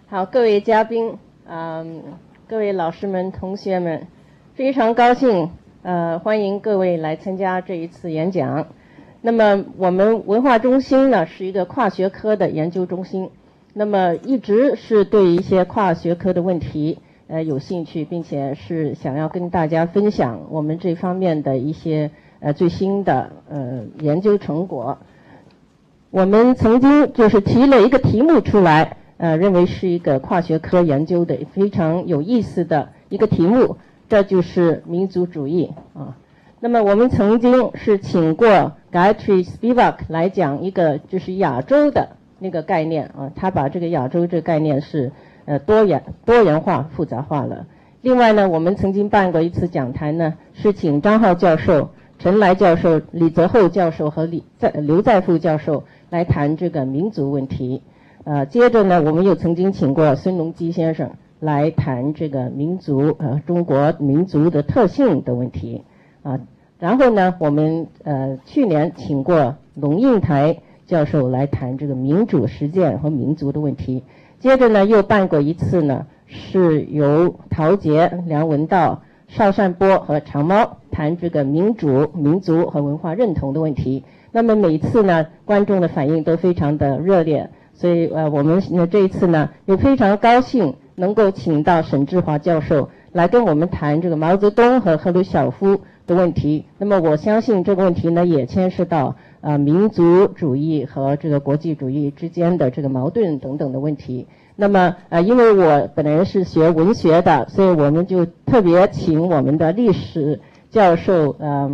好，各位嘉宾，各位老师们、同学们，非常高兴，欢迎各位来参加这一次演讲。那么我们文化中心呢是一个跨学科的研究中心，那么一直是对一些跨学科的问题有兴趣，并且是想要跟大家分享我们这方面的一些最新的研究成果。我们曾经就是提了一个题目出来，认为是一个跨学科研究的非常有意思的一个题目，这就是民族主义啊。那么我们曾经是请过 Gayatri Spivak 来讲一个就是亚洲的那个概念啊，他把这个亚洲这个概念是多元化复杂化了。另外呢，我们曾经办过一次讲坛呢，是请张浩教授、陈来教授、李泽厚教授和刘在富教授来谈这个民族问题。接着呢，我们又曾经请过孙隆基先生来谈这个民族中国民族的特性的问题啊。然后呢，我们去年请过龙应台教授来谈这个民主实践和民族的问题。接着呢，又办过一次呢，是由陶杰、梁文道、邵善波和长毛谈这个民主、民族和文化认同的问题。那么每次呢，观众的反应都非常的热烈，所以我们这一次呢，又非常高兴能够请到沈志华教授来跟我们谈这个毛泽东和赫鲁晓夫的问题。那么我相信这个问题呢，也牵涉到民族主义和这个国际主义之间的这个矛盾等等的问题。那么因为我本人是学文学的，所以我们就特别请我们的历史教授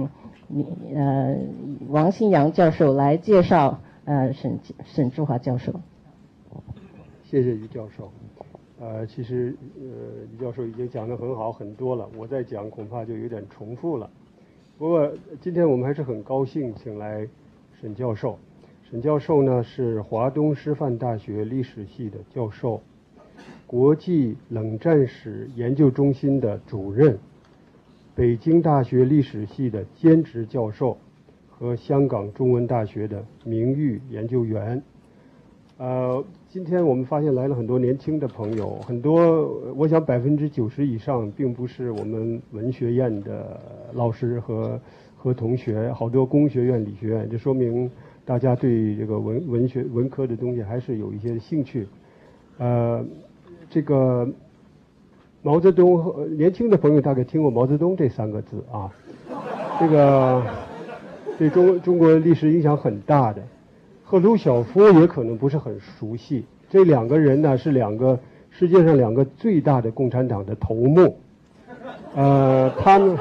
王新阳教授来介绍沈志华教授。 谢谢于教授。其实于教授已经讲得很好很多了，我再讲恐怕就有点重复了。不过今天我们还是很高兴请来沈教授。沈教授呢是华东师范大学历史系的教授，国际冷战史研究中心的主任，北京大学历史系的兼职教授和香港中文大学的名誉研究员。今天我们发现来了很多年轻的朋友，很多我想90%以上并不是我们文学院的老师和同学，好多工学院、理学院，这说明大家对这个文科的东西还是有一些兴趣。这个毛泽东，年轻的朋友大概听过毛泽东这3个字啊，这个对中国历史影响很大的。赫鲁晓夫也可能不是很熟悉，这2个人呢是世界上2个最大的共产党的头目，他们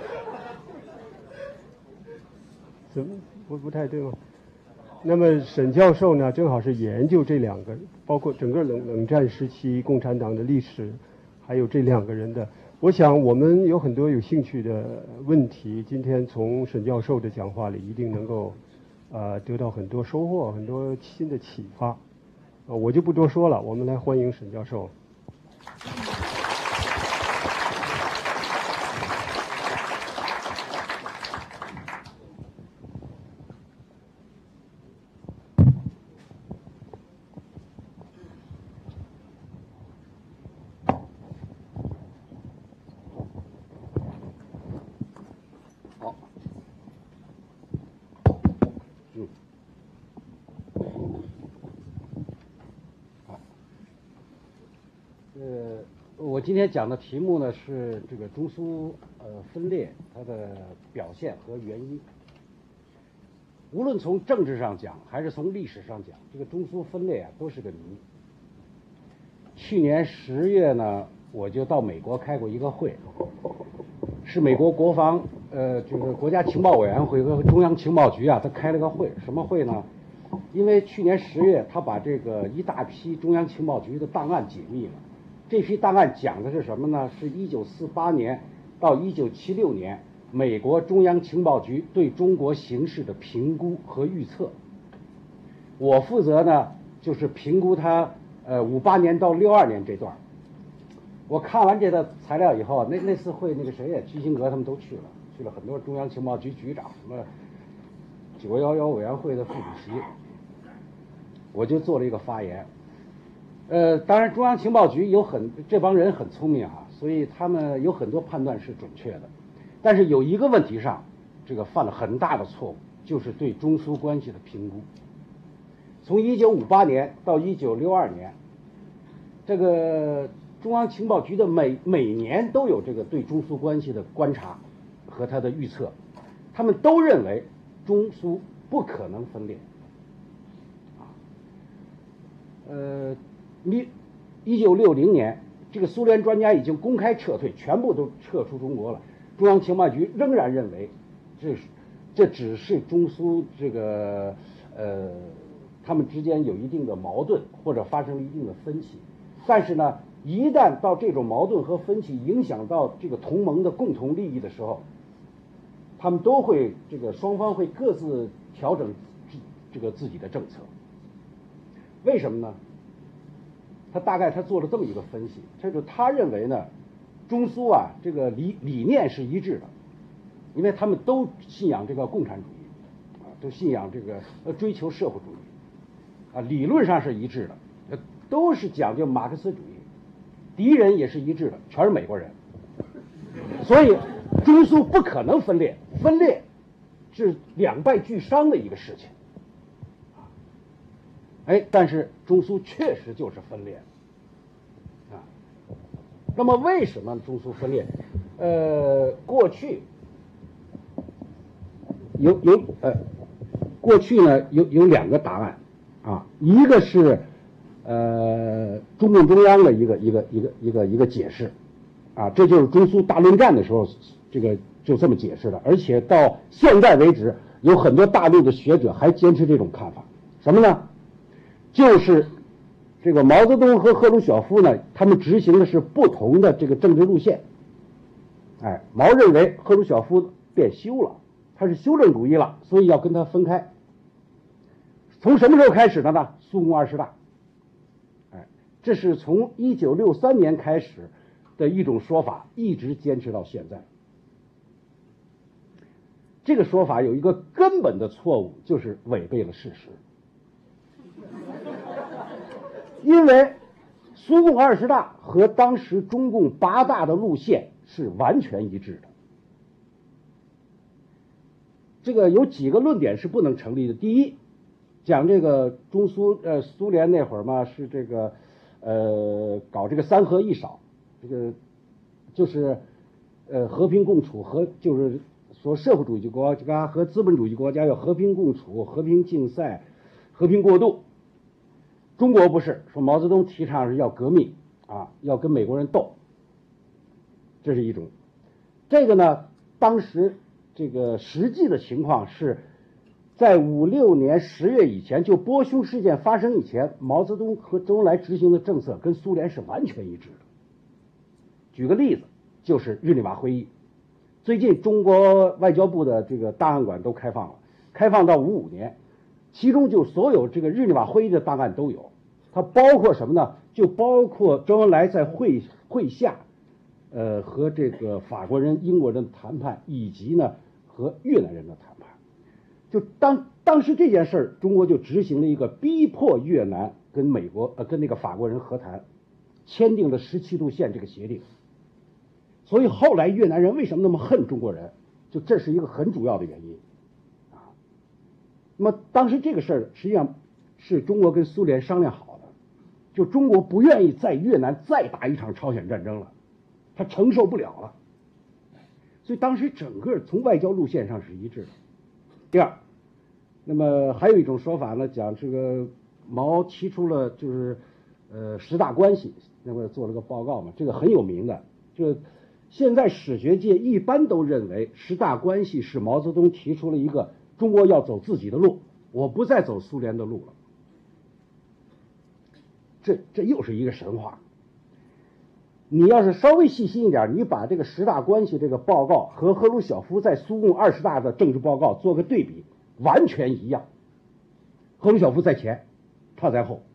怎么不太对吗？那么沈教授呢，正好是研究这2个，包括整个冷战时期共产党的历史，还有这2个人的。我想我们有很多有兴趣的问题，今天从沈教授的讲话里一定能够得到很多收获，很多新的启发。我就不多说了，我们来欢迎沈教授。 我今天讲的题目呢是这个中苏分裂它的表现和原因。无论从政治上讲还是从历史上讲，这个中苏分裂都是个谜。去年10月呢，我就到美国开过一个会，是美国国防就是国家情报委员会和中央情报局他开了个会。什么会呢？因为去年10月他把这个一大批中央情报局的档案解密了。这批档案讲的是什么呢？是1948年到1976年美国中央情报局对中国形势的评估和预测。我负责呢就是评估它58年到62年这段。我看完这个材料以后，那次会那个谁基辛格他们都去了很多中央情报局局长，什么911委员会的副主席。我就做了一个发言。 当然中央情报局这帮人很聪明啊，所以他们有很多判断是准确的，但是有一个问题上，这个犯了很大的错误，就是对中苏关系的评估。从1958年到1962年，这个中央情报局的每年都有这个对中苏关系的观察和他的预测，他们都认为中苏不可能分裂。1960年，这个苏联专家已经公开撤退，全部都撤出中国了。中央情报局仍然认为，这只是中苏这个他们之间有一定的矛盾，或者发生了一定的分歧。但是呢，一旦到这种矛盾和分歧影响到这个同盟的共同利益的时候，他们都会双方会各自调整自己的政策。为什么呢？他做了这么一个分析，他认为呢，中苏啊这个理念是一致的，因为他们都信仰这个共产主义，都信仰这个追求社会主义，理论上是一致的，都是讲究马克思主义，敌人也是一致的，全是美国人，所以中苏不可能分裂，分裂是两败俱伤的一个事情。但是中苏确实就是分裂啊。那么为什么中苏分裂？过去呢有两个答案啊，一个是中共中央的一个解释啊，这就是中苏大论战的时候就这么解释的，而且到现在为止，有很多大陆的学者还坚持这种看法，什么呢？就是这个毛泽东和赫鲁晓夫呢，他们执行的是不同的这个政治路线。毛认为赫鲁晓夫变修了，他是修正主义了，所以要跟他分开。从什么时候开始的呢？苏共20大。这是从1963年开始的一种说法，一直坚持到现在。这个说法有一个根本的错误，就是违背了事实。因为苏共20大和当时中共8大的路线是完全一致的。这个有几个论点是不能成立的。第一，讲这个苏联那会儿嘛，是这个搞这个3合1少，这个就是和平共处和就是说社会主义国家和资本主义国家要和平共处、和平竞赛、和平过渡。中国不是，说毛泽东提倡是要革命啊，要跟美国人斗，这是一种。这个呢，当时这个实际的情况是在56年10月以前，就波匈事件发生以前，毛泽东和周恩来执行的政策跟苏联是完全一致的。举个例子，就是日内瓦会议，最近中国外交部的这个档案馆都开放了，开放到55年。其中就所有这个日内瓦会议的档案都有，它包括什么呢？就包括周恩来在会下，和这个法国人、英国人的谈判，以及呢和越南人的谈判。就当时这件事儿，中国就执行了一个逼迫越南跟跟那个法国人和谈，签订了17度线这个协定。所以后来越南人为什么那么恨中国人？就这是一个很主要的原因。那么当时这个事儿实际上是中国跟苏联商量好的，就中国不愿意在越南再打一场朝鲜战争了，他承受不了了，所以当时整个从外交路线上是一致的。第二，那么还有一种说法呢，讲这个毛提出了就是10大关系，那么做了个报告嘛，这个很有名的，就现在史学界一般都认为10大关系是毛泽东提出了一个中国要走自己的路，我不再走苏联的路了。这又是一个神话。你要是稍微细心一点，你把这个10大关系这个报告和赫鲁晓夫在苏共20大的政治报告做个对比，完全一样。赫鲁晓夫在前，他在后。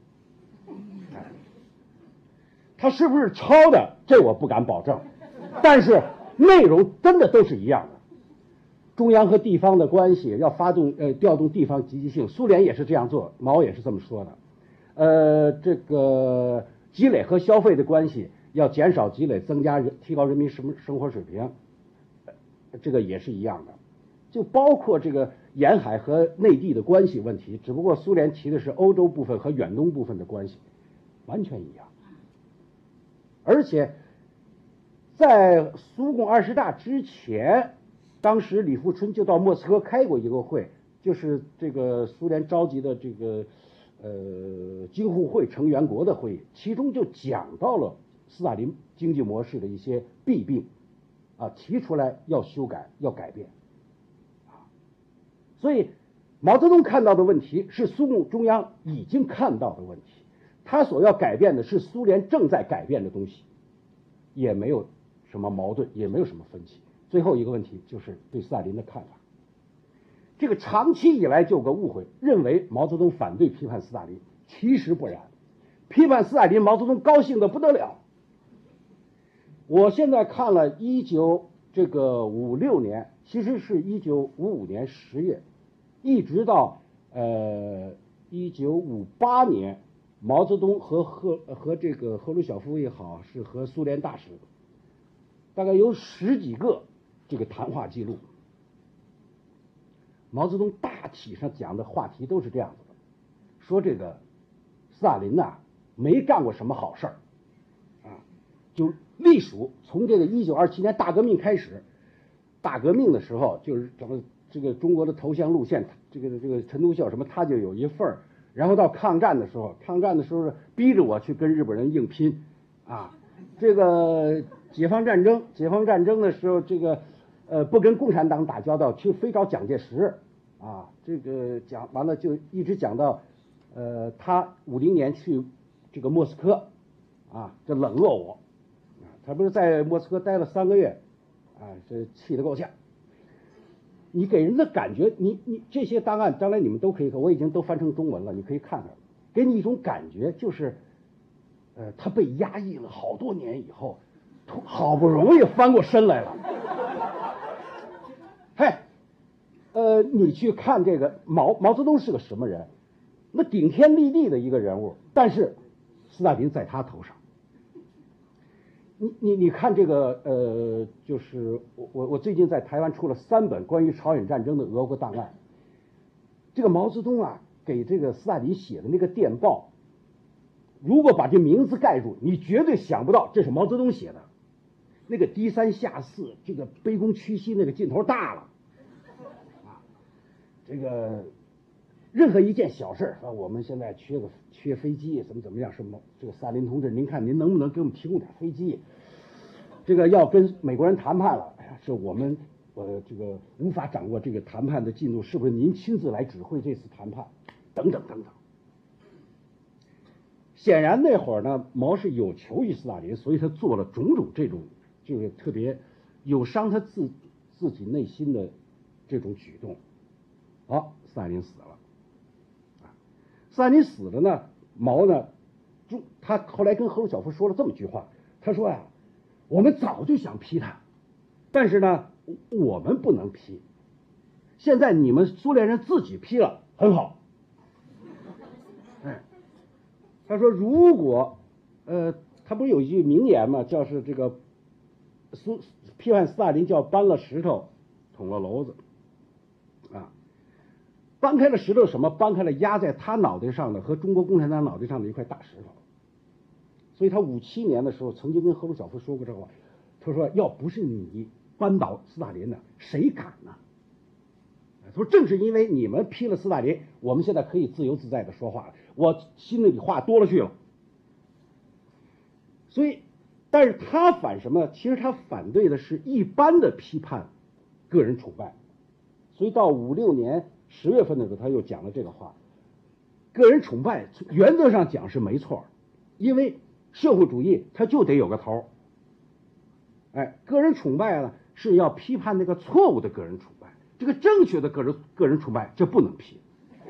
他是不是抄的？这我不敢保证，但是内容真的都是一样的。中央和地方的关系要调动地方积极性，苏联也是这样做，毛也是这么说的。 这个积累和消费的关系，要减少积累，提高人民生活水平，这个也是一样的。就包括这个沿海和内地的关系问题，只不过苏联提的是欧洲部分和远东部分的关系，完全一样。而且在苏共20大之前，当时李富春就到莫斯科开过一个会，就是这个苏联召集的这个京沪会成员国的会议，其中就讲到了斯大林经济模式的一些弊病，提出来要修改要改变，所以毛泽东看到的问题是苏共中央已经看到的问题，他所要改变的是苏联正在改变的东西，也没有什么矛盾，也没有什么分歧。最后一个问题就是对斯大林的看法，这个长期以来就有个误会，认为毛泽东反对批判斯大林，其实不然，批判斯大林，毛泽东高兴的不得了。我现在看了1956年，其实是1955年10月，一直到1958年，毛泽东和这个赫鲁晓夫也好，是和苏联大使，大概有10几个这个谈话记录。毛泽东大体上讲的话题都是这样子的，说这个斯大林呐没干过什么好事儿，就隶属从这个1927年大革命开始，大革命的时候就是怎么这个中国的投降路线，这个陈独秀什么他就有一份儿，然后到抗战的时候逼着我去跟日本人硬拼，这个解放战争的时候，这个不跟共产党打交道，去非找蒋介石，这个讲完了就一直讲到他50年去这个莫斯科，这冷落我，他不是在莫斯科待了3个月，这气得够呛。你给人的感觉，你这些档案将来你们都可以看，我已经都翻成中文了，你可以看看，给你一种感觉就是，他被压抑了好多年以后，好不容易翻过身来了。你去看这个毛泽东是个什么人？那顶天立地的一个人物，但是斯大林在他头上。你看这个就是我最近在台湾出了3本关于朝鲜战争的俄国档案。这个毛泽东给这个斯大林写的那个电报，如果把这名字盖住，你绝对想不到这是毛泽东写的。那个低三下四，这个卑躬屈膝，那个劲头大了，这个任何一件小事我们现在缺飞机，怎么样？什么这个斯大林同志，您看您能不能给我们提供点飞机？这个要跟美国人谈判了，是我们这个无法掌握这个谈判的进度，是不是您亲自来指挥这次谈判？等等等等。显然那会儿呢，毛是有求于斯大林，所以他做了种种这种就是特别有伤他自己内心的这种举动。斯大林死了。斯大林死了呢，毛呢，他后来跟赫鲁晓夫说了这么句话，他说我们早就想批他，但是呢，我们不能批。现在你们苏联人自己批了，很好。他说如果他不是有一句名言嘛，叫是这个批判斯大林叫搬了石头捅了篓子。搬开了石头什么？搬开了压在他脑袋上的和中国共产党脑袋上的一块大石头。所以他57年的时候曾经跟赫鲁晓夫说过这话，他说要不是你扳倒斯大林呢，谁敢呢？他说正是因为你们批了斯大林，我们现在可以自由自在的说话了，我心里话多了去了。所以，但是他反什么呢？其实他反对的是一般的批判个人崇拜。所以到56年10月份的时候，他又讲了这个话：个人崇拜原则上讲是没错，因为社会主义它就得有个头。个人崇拜呢是要批判那个错误的个人崇拜，这个正确的个人崇拜这不能批。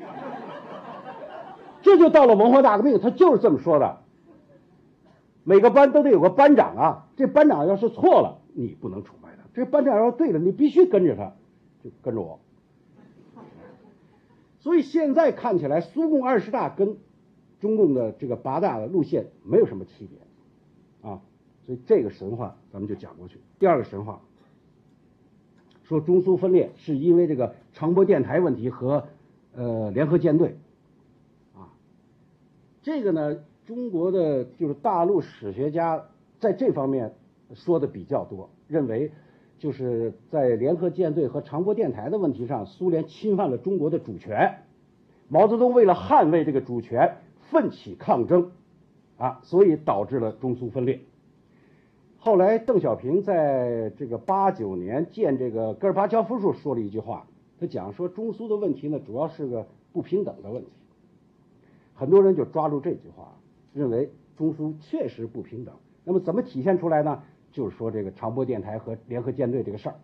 这就到了文化大革命，他就是这么说的。每个班都得有个班长这班长要是错了，你不能崇拜他；这班长要是对了，你必须跟着他，就跟着我。所以现在看起来，苏共20大跟中共的这个8大的路线没有什么区别啊，所以这个神话咱们就讲过去。第二个神话说中苏分裂是因为这个长波电台问题和联合舰队啊，这个呢，中国的就是大陆史学家在这方面说的比较多，认为就是在联合舰队和长波电台的问题上，苏联侵犯了中国的主权，毛泽东为了捍卫这个主权奋起抗争啊，所以导致了中苏分裂。后来邓小平在这个89年见这个戈尔巴乔夫时说了一句话，他讲说中苏的问题呢，主要是个不平等的问题。很多人就抓住这句话，认为中苏确实不平等。那么怎么体现出来呢？就是说这个长波电台和联合舰队这个事儿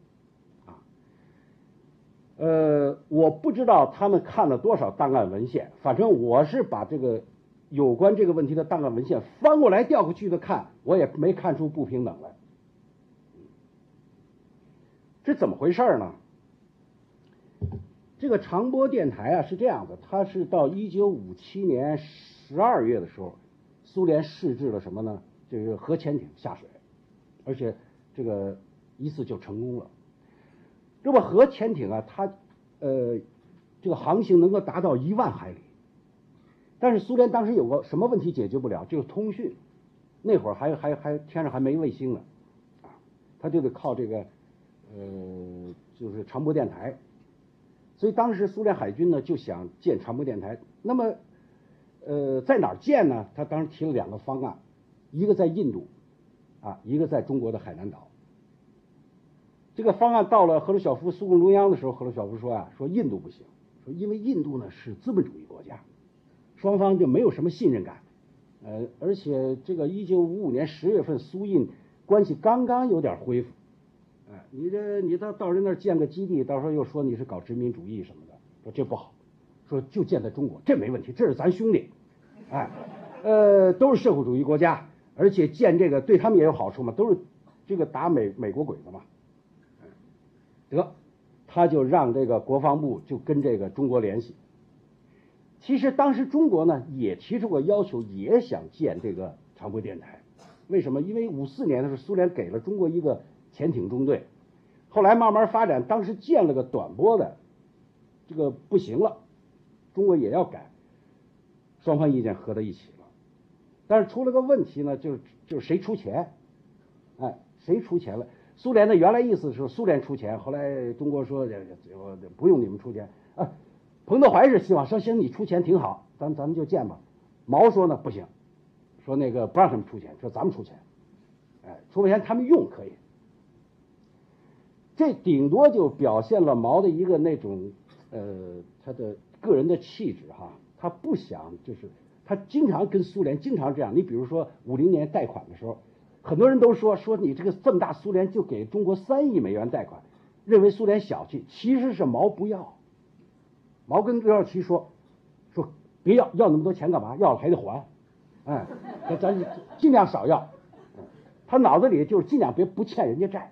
啊。我不知道他们看了多少档案文献，反正我是把这个有关这个问题的档案文献翻过来调过去的看，我也没看出不平等来。这怎么回事呢？这个长波电台啊是这样的，它是到1957年12月的时候，苏联试制了什么呢？这个核潜艇下水，而且这个一次就成功了。这么核潜艇啊，它这个航行能够达到1万海里，但是苏联当时有个什么问题解决不了，就是通讯。那会儿还天上还没卫星呢，啊，他就得靠这个就是长波电台。所以当时苏联海军呢就想建长波电台，那么在哪儿建呢？他当时提了2个方案，一个在印度啊，一个在中国的海南岛。这个方案到了赫鲁晓夫苏共中央的时候，赫鲁晓夫说啊，说印度不行，说因为印度呢是资本主义国家，双方就没有什么信任感，而且这个1955年10月份苏印关系刚刚有点恢复，你到人那儿建个基地，到时候又说你是搞殖民主义什么的，说这不好，说就建在中国，这没问题，这是咱兄弟，都是社会主义国家，而且建这个对他们也有好处嘛，都是这个打美国鬼子嘛。得，他就让这个国防部就跟这个中国联系。其实当时中国呢也提出过要求，也想建这个长波电台。为什么？因为54年的时候，苏联给了中国一个潜艇中队，后来慢慢发展，当时建了个短波的，这个不行了，中国也要改，双方意见合在一起了。但是出了个问题呢，就是谁出钱？谁出钱了？苏联的原来意思是苏联出钱，后来中国说不用你们出钱啊。彭德怀是希望说行，你出钱挺好，咱们就建吧。毛说呢不行，说那个不让他们出钱，说咱们出钱，出钱他们用可以。这顶多就表现了毛的一个那种他的个人的气质哈，他不想就是他经常跟苏联经常这样。你比如说50年贷款的时候。很多人都说你这么大苏联就给中国3亿美元贷款，认为苏联小气，其实是毛不要。毛跟刘少奇说别要那么多钱干嘛？要了还得还，咱尽量少要。他脑子里就是尽量不欠人家债。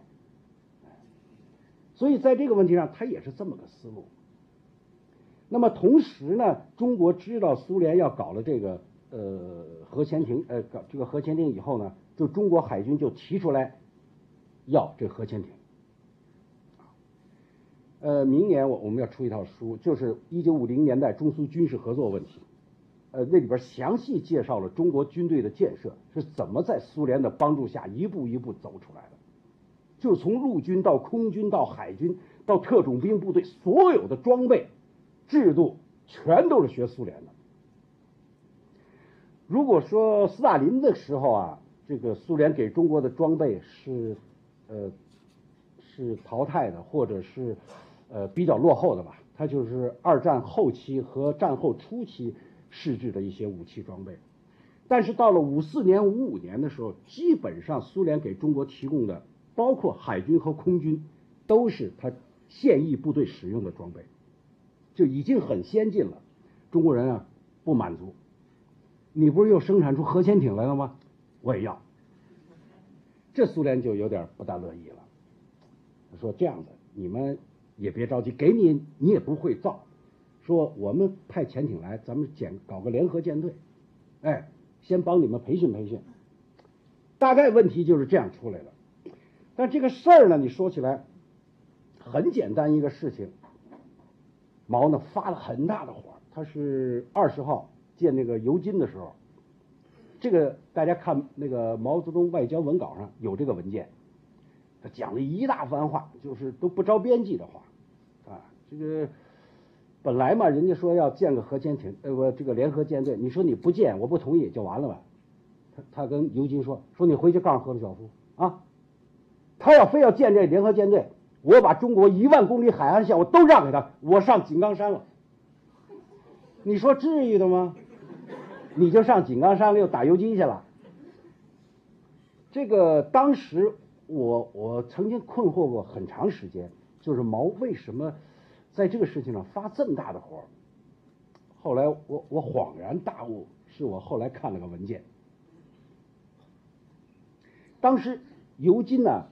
所以在这个问题上，他也是这么个思路。那么同时呢，中国知道苏联要搞了这个核潜艇，搞这个核潜艇以后呢，就中国海军就提出来要这个核潜艇。明年我们要出一套书，就是1950年代中苏军事合作问题。那里边详细介绍了中国军队的建设是怎么在苏联的帮助下一步一步走出来的，就是从陆军到空军到海军到特种兵部队，所有的装备制度全都是学苏联的。如果说斯大林的时候啊，这个苏联给中国的装备是淘汰的，或者是比较落后的吧，它就是2战后期和战后初期试制的一些武器装备。但是到了54年、55年的时候，基本上苏联给中国提供的，包括海军和空军，都是它现役部队使用的装备，就已经很先进了。中国人啊不满足，你不是又生产出核潜艇来了吗？我也要。这苏联就有点不大乐意了，他说这样子你们也别着急，给你也不会造， 说我们派潜艇来，咱们搞个联合舰队，哎，先帮你们培训培训。大概问题就是这样出来的。但这个事儿呢，你说起来很简单一个事情。毛呢发了很大的火，他是20号见那个尤金的时候，这个大家看那个毛泽东外交文稿上有这个文件，他讲了一大番话，就是都不着边际的话啊。这个本来嘛，人家说要建个核潜艇，这个联合舰队，你说你不建，我不同意就完了吧？他跟尤金说你回去告诉赫鲁晓夫啊，他要非要建这联合舰队，我把中国1万公里海岸线我都让给他，我上井冈山了。你说至于的吗？你就上井冈山了，又打游击去了。这个当时我曾经困惑过很长时间，就是毛为什么在这个事情上发这么大的火。后来我恍然大悟，是我后来看了个文件。当时尤金呢，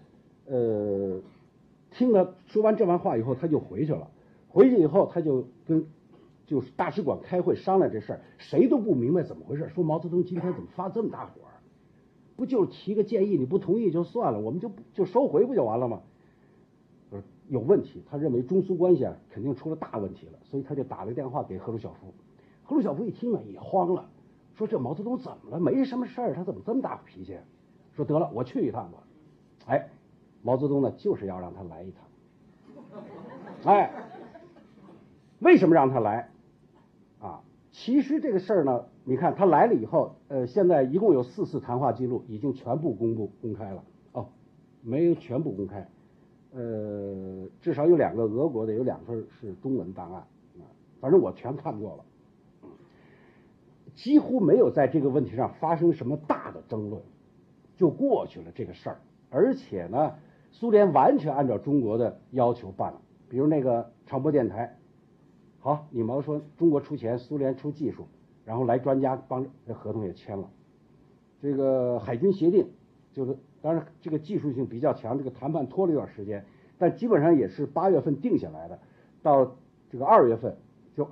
听了说完这番话以后，他就回去了。回去以后，他就跟就是大使馆开会商量这事儿，谁都不明白怎么回事。说毛泽东今天怎么发这么大火？不就是提个建议，你不同意就算了，我们就收回不就完了吗？有问题，他认为中苏关系啊肯定出了大问题了，所以他就打了个电话给赫鲁晓夫。赫鲁晓夫一听啊也慌了，说这毛泽东怎么了？没什么事儿，他怎么这么大脾气？说得了，我去一趟吧。哎，毛泽东呢就是要让他来一趟。哎，为什么让他来？啊，其实这个事儿呢，你看他来了以后，现在一共有4次谈话记录，已经全部公开了。哦，没有全部公开，至少有2个俄国的，有2份是中文档案，反正我全看过了。几乎没有在这个问题上发生什么大的争论，就过去了这个事儿。而且呢，苏联完全按照中国的要求办了，比如那个长波电台，好，你毛说中国出钱，苏联出技术，然后来专家帮，这合同也签了。这个海军协定，就是当然这个技术性比较强，这个谈判拖了一段时间，但基本上也是8月份定下来的，到这个2月份就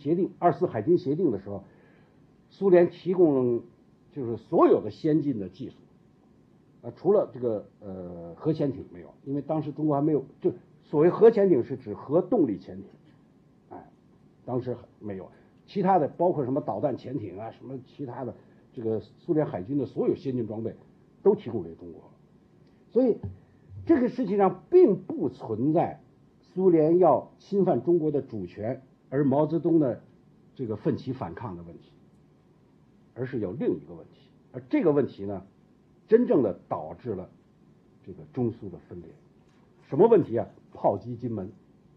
24海军协定的时候，苏联提供就是所有的先进的技术，除了这个核潜艇没有，因为当时中国还没有，就所谓核潜艇是指核动力潜艇，哎，当时没有，其他的包括什么导弹潜艇啊，什么其他的，这个苏联海军的所有先进装备都提供给中国了，所以这个事情上并不存在苏联要侵犯中国的主权，而毛泽东的这个奋起反抗的问题。而是有另一个问题，而这个问题呢，真正的导致了这个中苏的分裂。什么问题啊？炮击金门。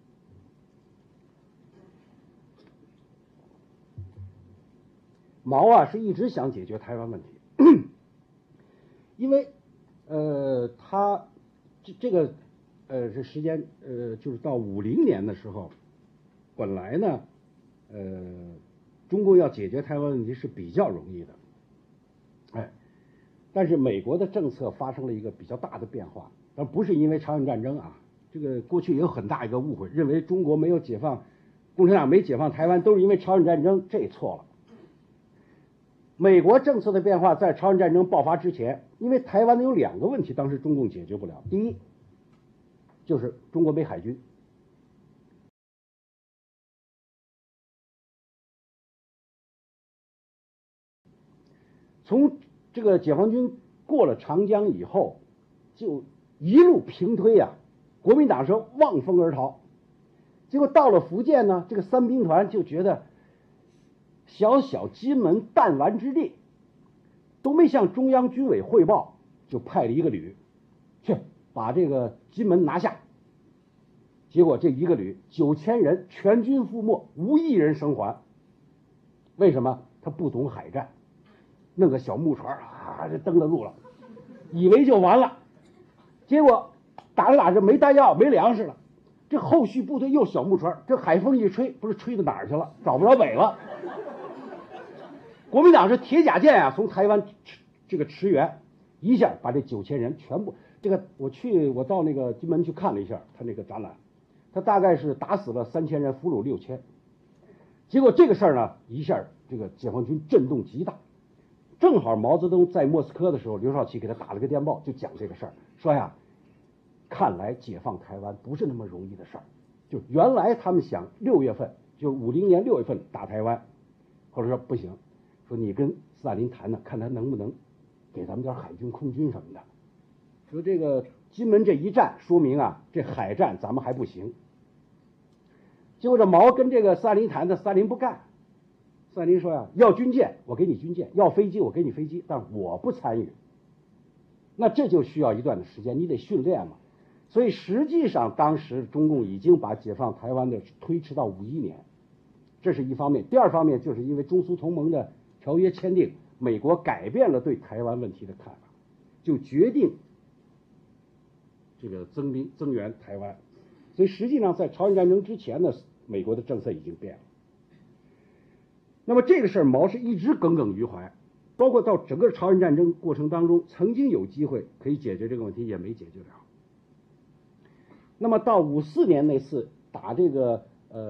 毛啊是一直想解决台湾问题，因为他这个这时间就是到50年的时候，本来呢中共要解决台湾问题是比较容易的，哎，但是美国的政策发生了一个比较大的变化，而不是因为朝鲜战争啊，这个过去也有很大一个误会，认为中国没有解放，共产党没解放台湾都是因为朝鲜战争，这错了。美国政策的变化在朝鲜战争爆发之前，因为台湾的有2个问题，当时中共解决不了。第一，就是中国没海军。从这个解放军过了长江以后，就一路平推啊，国民党是望风而逃。结果到了福建呢，这个三兵团就觉得小小金门弹丸之地，都没向中央军委汇报，就派了一个旅去把这个金门拿下。结果这一个旅9000人全军覆没，无一人生还。为什么？他不懂海战，弄个小木船啊，就登了陆了，以为就完了。结果打着打着没弹药没粮食了，这后续部队又小木船，这海风一吹，不是吹到哪儿去了，找不着北了。国民党是铁甲舰啊，从台湾这个驰援，一下把这9000人全部，这个我到那个金门去看了一下他那个展览，他大概是打死了3000人，俘虏6000。 结果这个事儿呢，一下这个解放军震动极大。正好毛泽东在莫斯科的时候，刘少奇给他打了个电报，就讲这个事儿，说呀，看来解放台湾不是那么容易的事儿。就原来他们想6月份，就50年6月份打台湾，后来说不行，说你跟斯大林谈谈，看他能不能给咱们点海军、空军什么的。说这个金门这一战，说明啊，这海战咱们还不行。结果这毛跟这个斯大林谈的，斯大林不干。斯大林说呀，要军舰我给你军舰，要飞机我给你飞机，但我不参与。那这就需要一段的时间，你得训练嘛。所以实际上当时中共已经把解放台湾的推迟到51年，这是一方面。第二方面就是因为中苏同盟的条约签订，美国改变了对台湾问题的看法，就决定这个增援台湾。所以实际上在朝鲜战争之前呢，美国的政策已经变了。那么这个事儿毛是一直耿耿于怀，包括到整个朝鲜战争过程当中，曾经有机会可以解决这个问题，也没解决了。那么到54年那次打这个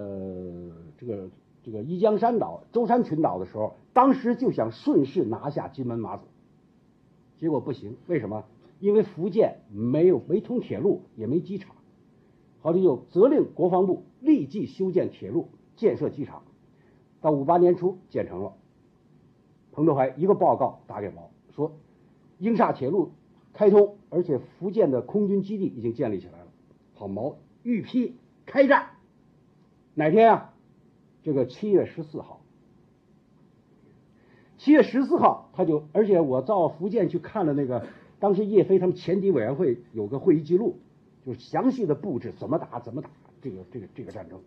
一江山岛、舟山群岛的时候，当时就想顺势拿下金门、马祖，结果不行。为什么？因为福建没通铁路，也没机场。后来就责令国防部立即修建铁路，建设机场。到58年初建成了。彭德怀一个报告打给毛，说英厦铁路开通，而且福建的空军基地已经建立起来了。好，毛预批开战。哪天啊？这个7月14号。7月14号，而且我到福建去看了那个当时叶飞他们前敌委员会有个会议记录，就是详细的布置怎么打这个战争。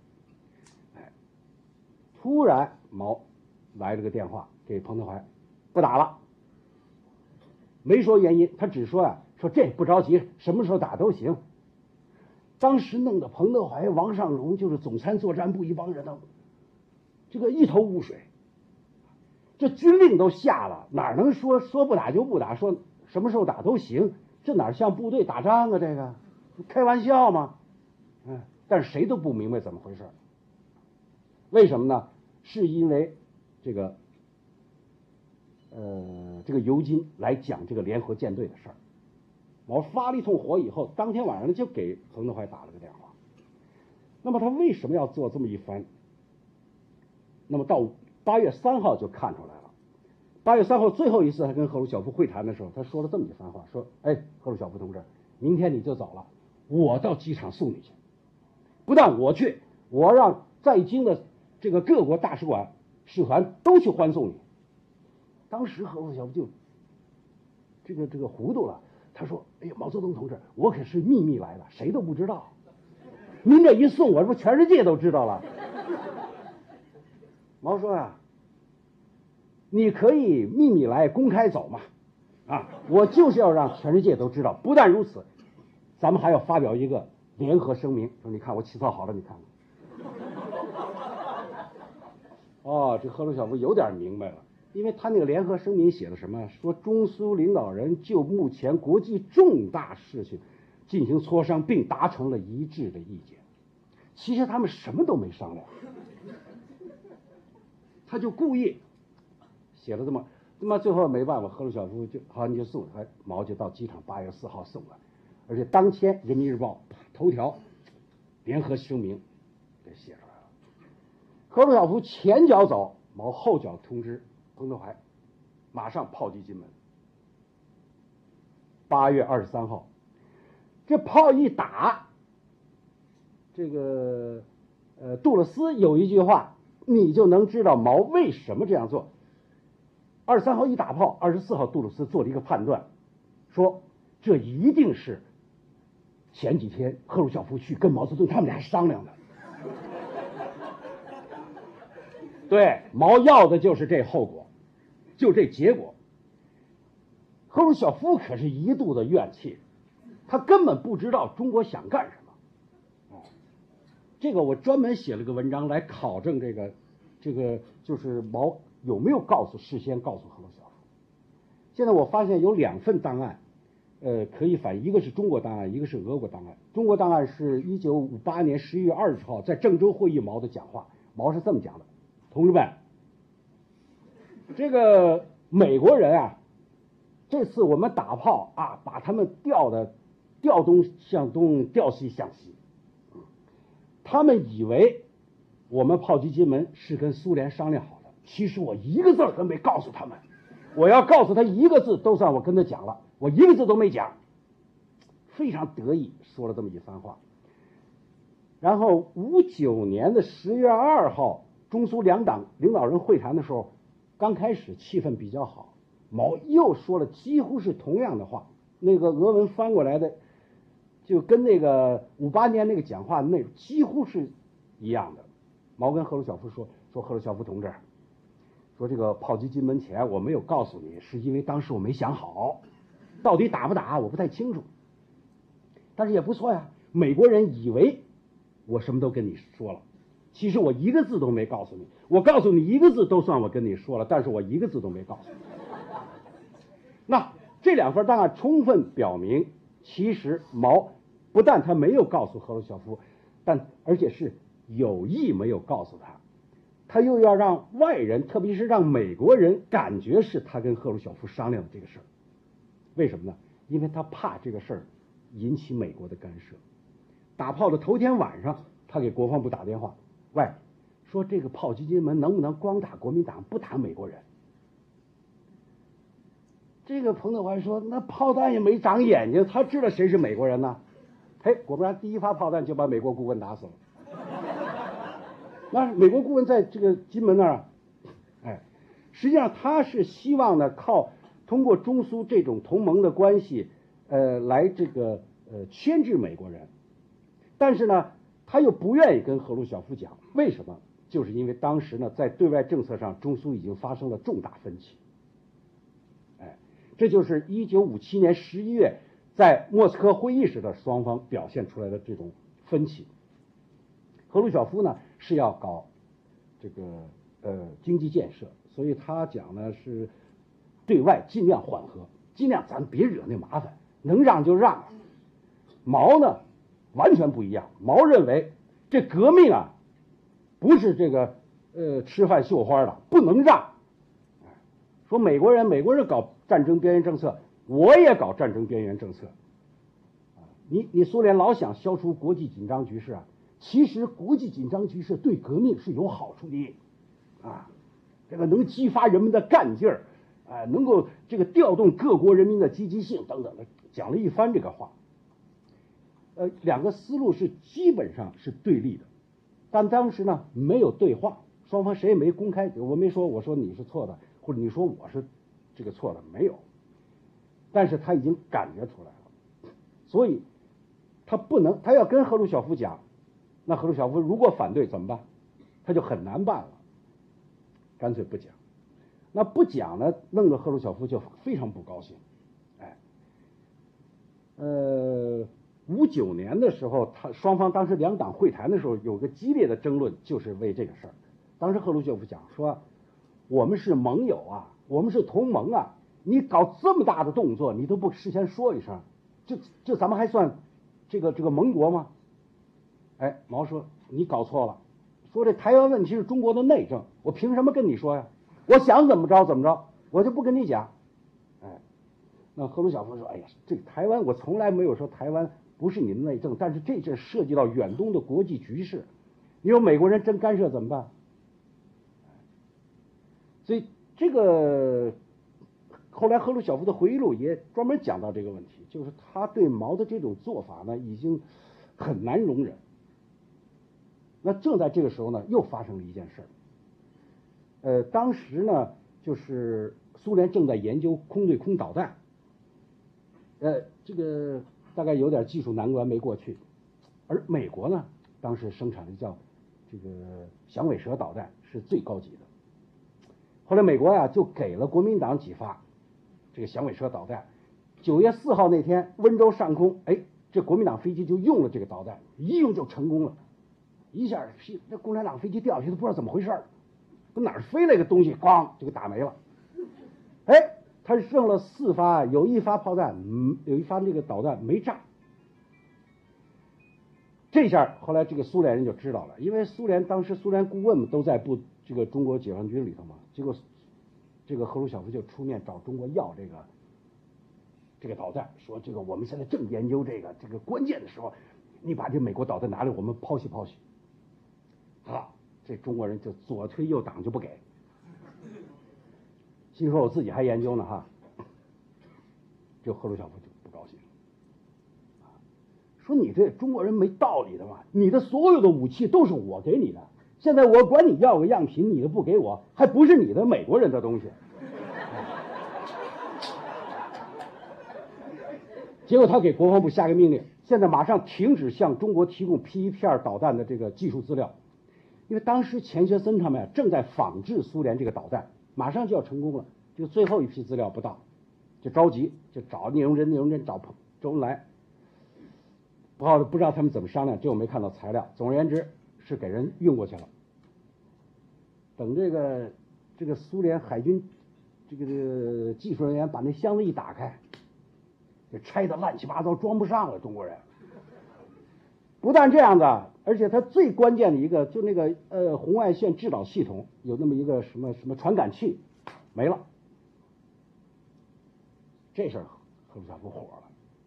突然毛来了个电话给彭德怀，不打了，没说原因，他只说啊，说这不着急，什么时候打都行。当时弄得彭德怀、王尚荣就是总参作战部一帮人呢，这个一头雾水。这军令都下了，哪能说不打就不打，说什么时候打都行？这哪像部队打仗啊？这个开玩笑吗？但是谁都不明白怎么回事。为什么呢？是因为这个尤金来讲这个联合舰队的事儿。毛发了一通火以后，当天晚上就给彭德怀打了个电话。那么他为什么要做这么一番？那么到8月3号就看出来了。8月3号最后一次他跟赫鲁晓夫会谈的时候，他说了这么一番话，说：“哎，赫鲁晓夫同志，明天你就走了，我到机场送你去。不但我去，我让在京的这个各国大使馆、使团都去欢送你。”当时赫鲁晓夫就这个糊涂了，他说：“哎呀，毛泽东同志，我可是秘密来的，谁都不知道。您这一送我，这不全世界都知道了？”毛说啊，你可以秘密来，公开走嘛，我就是要让全世界都知道。不但如此，咱们还要发表一个联合声明，说你看我起草好了，你看看。这赫鲁晓夫有点明白了，因为他那个联合声明写的什么？说中苏领导人就目前国际重大事情进行磋商，并达成了一致的意见。其实他们什么都没商量，他就故意写了这么最后没办法，赫鲁晓夫就好，你就送他，毛就到机场8月4号送了，而且当天《人民日报》头条联合声明给写出来了。赫鲁晓夫前脚走，毛后脚通知彭德怀，马上炮击金门。8月23号，这炮一打，这个杜勒斯有一句话，你就能知道毛为什么这样做。23号一打炮，24号杜鲁斯做了一个判断，说这一定是前几天赫鲁晓夫去跟毛泽东他们俩商量的。对，毛要的就是这后果，就这结果。赫鲁晓夫可是一肚子怨气，他根本不知道中国想干什么。这个我专门写了个文章来考证这个就是毛有没有事先告诉赫鲁晓夫。现在我发现有2份档案，可以反映，一个是中国档案，一个是俄国档案。中国档案是1958年11月20号在郑州会议毛的讲话，毛是这么讲的， 同志们，这个美国人啊，这次我们打炮啊，把他们调东向东，调西向西。他们以为我们炮击金门是跟苏联商量好的，其实我一个字都没告诉他们。我要告诉他一个字，都算我跟他讲了，我一个字都没讲。非常得意说了这么一番话。然后59年的10月2号，中苏两党领导人会谈的时候，刚开始气氛比较好，毛又说了几乎是同样的话，那个俄文翻过来的，就跟那个58年那个讲话内容几乎是一样的。毛跟赫鲁晓夫说赫鲁晓夫同志，说这个炮击金门前我没有告诉你，是因为当时我没想好，到底打不打我不太清楚。但是也不错呀，美国人以为我什么都跟你说了，其实我一个字都没告诉你。我告诉你一个字都算我跟你说了，但是我一个字都没告诉你。那这两份档案充分表明，其实毛不但他没有告诉赫鲁晓夫，而且是有意没有告诉他，他又要让外人，特别是让美国人感觉是他跟赫鲁晓夫商量的这个事儿。为什么呢？因为他怕这个事儿引起美国的干涉。打炮的头天晚上，他给国防部打电话，喂，说这个炮击金门能不能光打国民党不打美国人？这个彭德怀说，那炮弹也没长眼睛，他知道谁是美国人呢？嘿，果不然第一发炮弹就把美国顾问打死了。那美国顾问在这个金门那儿啊，实际上他是希望呢通过中苏这种同盟的关系，来这个牵制美国人，但是呢，他又不愿意跟赫鲁晓夫讲，为什么？就是因为当时呢，在对外政策上，中苏已经发生了重大分歧。这就是1957年11月在莫斯科会议时的双方表现出来的这种分歧。赫鲁晓夫呢是要搞这个经济建设，所以他讲呢是对外尽量缓和，尽量咱别惹那麻烦，能让就让。毛呢完全不一样，毛认为这革命啊不是这个吃饭绣花的，不能让。说美国人搞战争边缘政策，我也搞战争边缘政策。你苏联老想消除国际紧张局势啊，其实国际紧张局势对革命是有好处的啊，这个能激发人们的干劲儿，能够这个调动各国人民的积极性等等的，讲了一番这个话。两个思路是基本上是对立的，但当时呢没有对话，双方谁也没公开，我没说我说你是错的，或者你说我是这个错的，没有。但是他已经感觉出来了，所以他不能，他要跟赫鲁晓夫讲，那赫鲁晓夫如果反对怎么办？他就很难办了，干脆不讲。那不讲呢，弄得赫鲁晓夫就非常不高兴。59年的时候，双方当时两党会谈的时候有个激烈的争论，就是为这个事儿。当时赫鲁晓夫讲说，我们是盟友啊，我们是同盟啊，你搞这么大的动作，你都不事先说一声，这咱们还算这个盟国吗？毛说你搞错了，说这台湾问题是中国的内政，我凭什么跟你说呀？我想怎么着怎么着，我就不跟你讲。那赫鲁晓夫说，哎呀，这个台湾我从来没有说台湾不是你的内政，但是这涉及到远东的国际局势，你说美国人真干涉怎么办？所以这个后来赫鲁晓夫的回忆录也专门讲到这个问题，就是他对毛的这种做法呢已经很难容忍。那正在这个时候呢，又发生了一件事儿。当时呢，就是苏联正在研究空对空导弹，这个大概有点技术难关没过去，而美国呢，当时生产的叫这个响尾蛇导弹是最高级的。后来美国呀就给了国民党几发这个响尾蛇导弹。9月4号那天，温州上空，这国民党飞机就用了这个导弹，一用就成功了，一下这共产党飞机掉下去都不知道怎么回事，从哪儿飞来个东西，咣就给打没了。他剩了4发，有一发炮弹，有一发这个导弹没炸。这下后来这个苏联人就知道了，因为当时苏联顾问们都在这个中国解放军里头嘛，结果这个赫鲁晓夫就出面找中国要这个导弹，说这个我们现在正研究这个关键的时候，你把这美国导弹拿来，我们剖析剖析。啊，这中国人就左推右挡就不给，心说我自己还研究呢哈。这赫鲁晓夫就不高兴，说你这中国人没道理的嘛，你的所有的武器都是我给你的，现在我管你要个样品，你都不给我，还不是你的美国人的东西。结果他给国防部下个命令，现在马上停止向中国提供 P1片导弹的这个技术资料，因为当时钱学森他们正在仿制苏联这个导弹，马上就要成功了，就最后一批资料不到，就着急就找聂荣臻找周恩来，不知道他们怎么商量，结果没看到材料，总而言之是给人运过去了。等这个苏联海军这个技术人员把那箱子一打开，这拆的乱七八糟，装不上了。中国人不但这样子，而且它最关键的一个就那个红外线制导系统有那么一个什么传感器没了，这事儿赫鲁晓夫火了。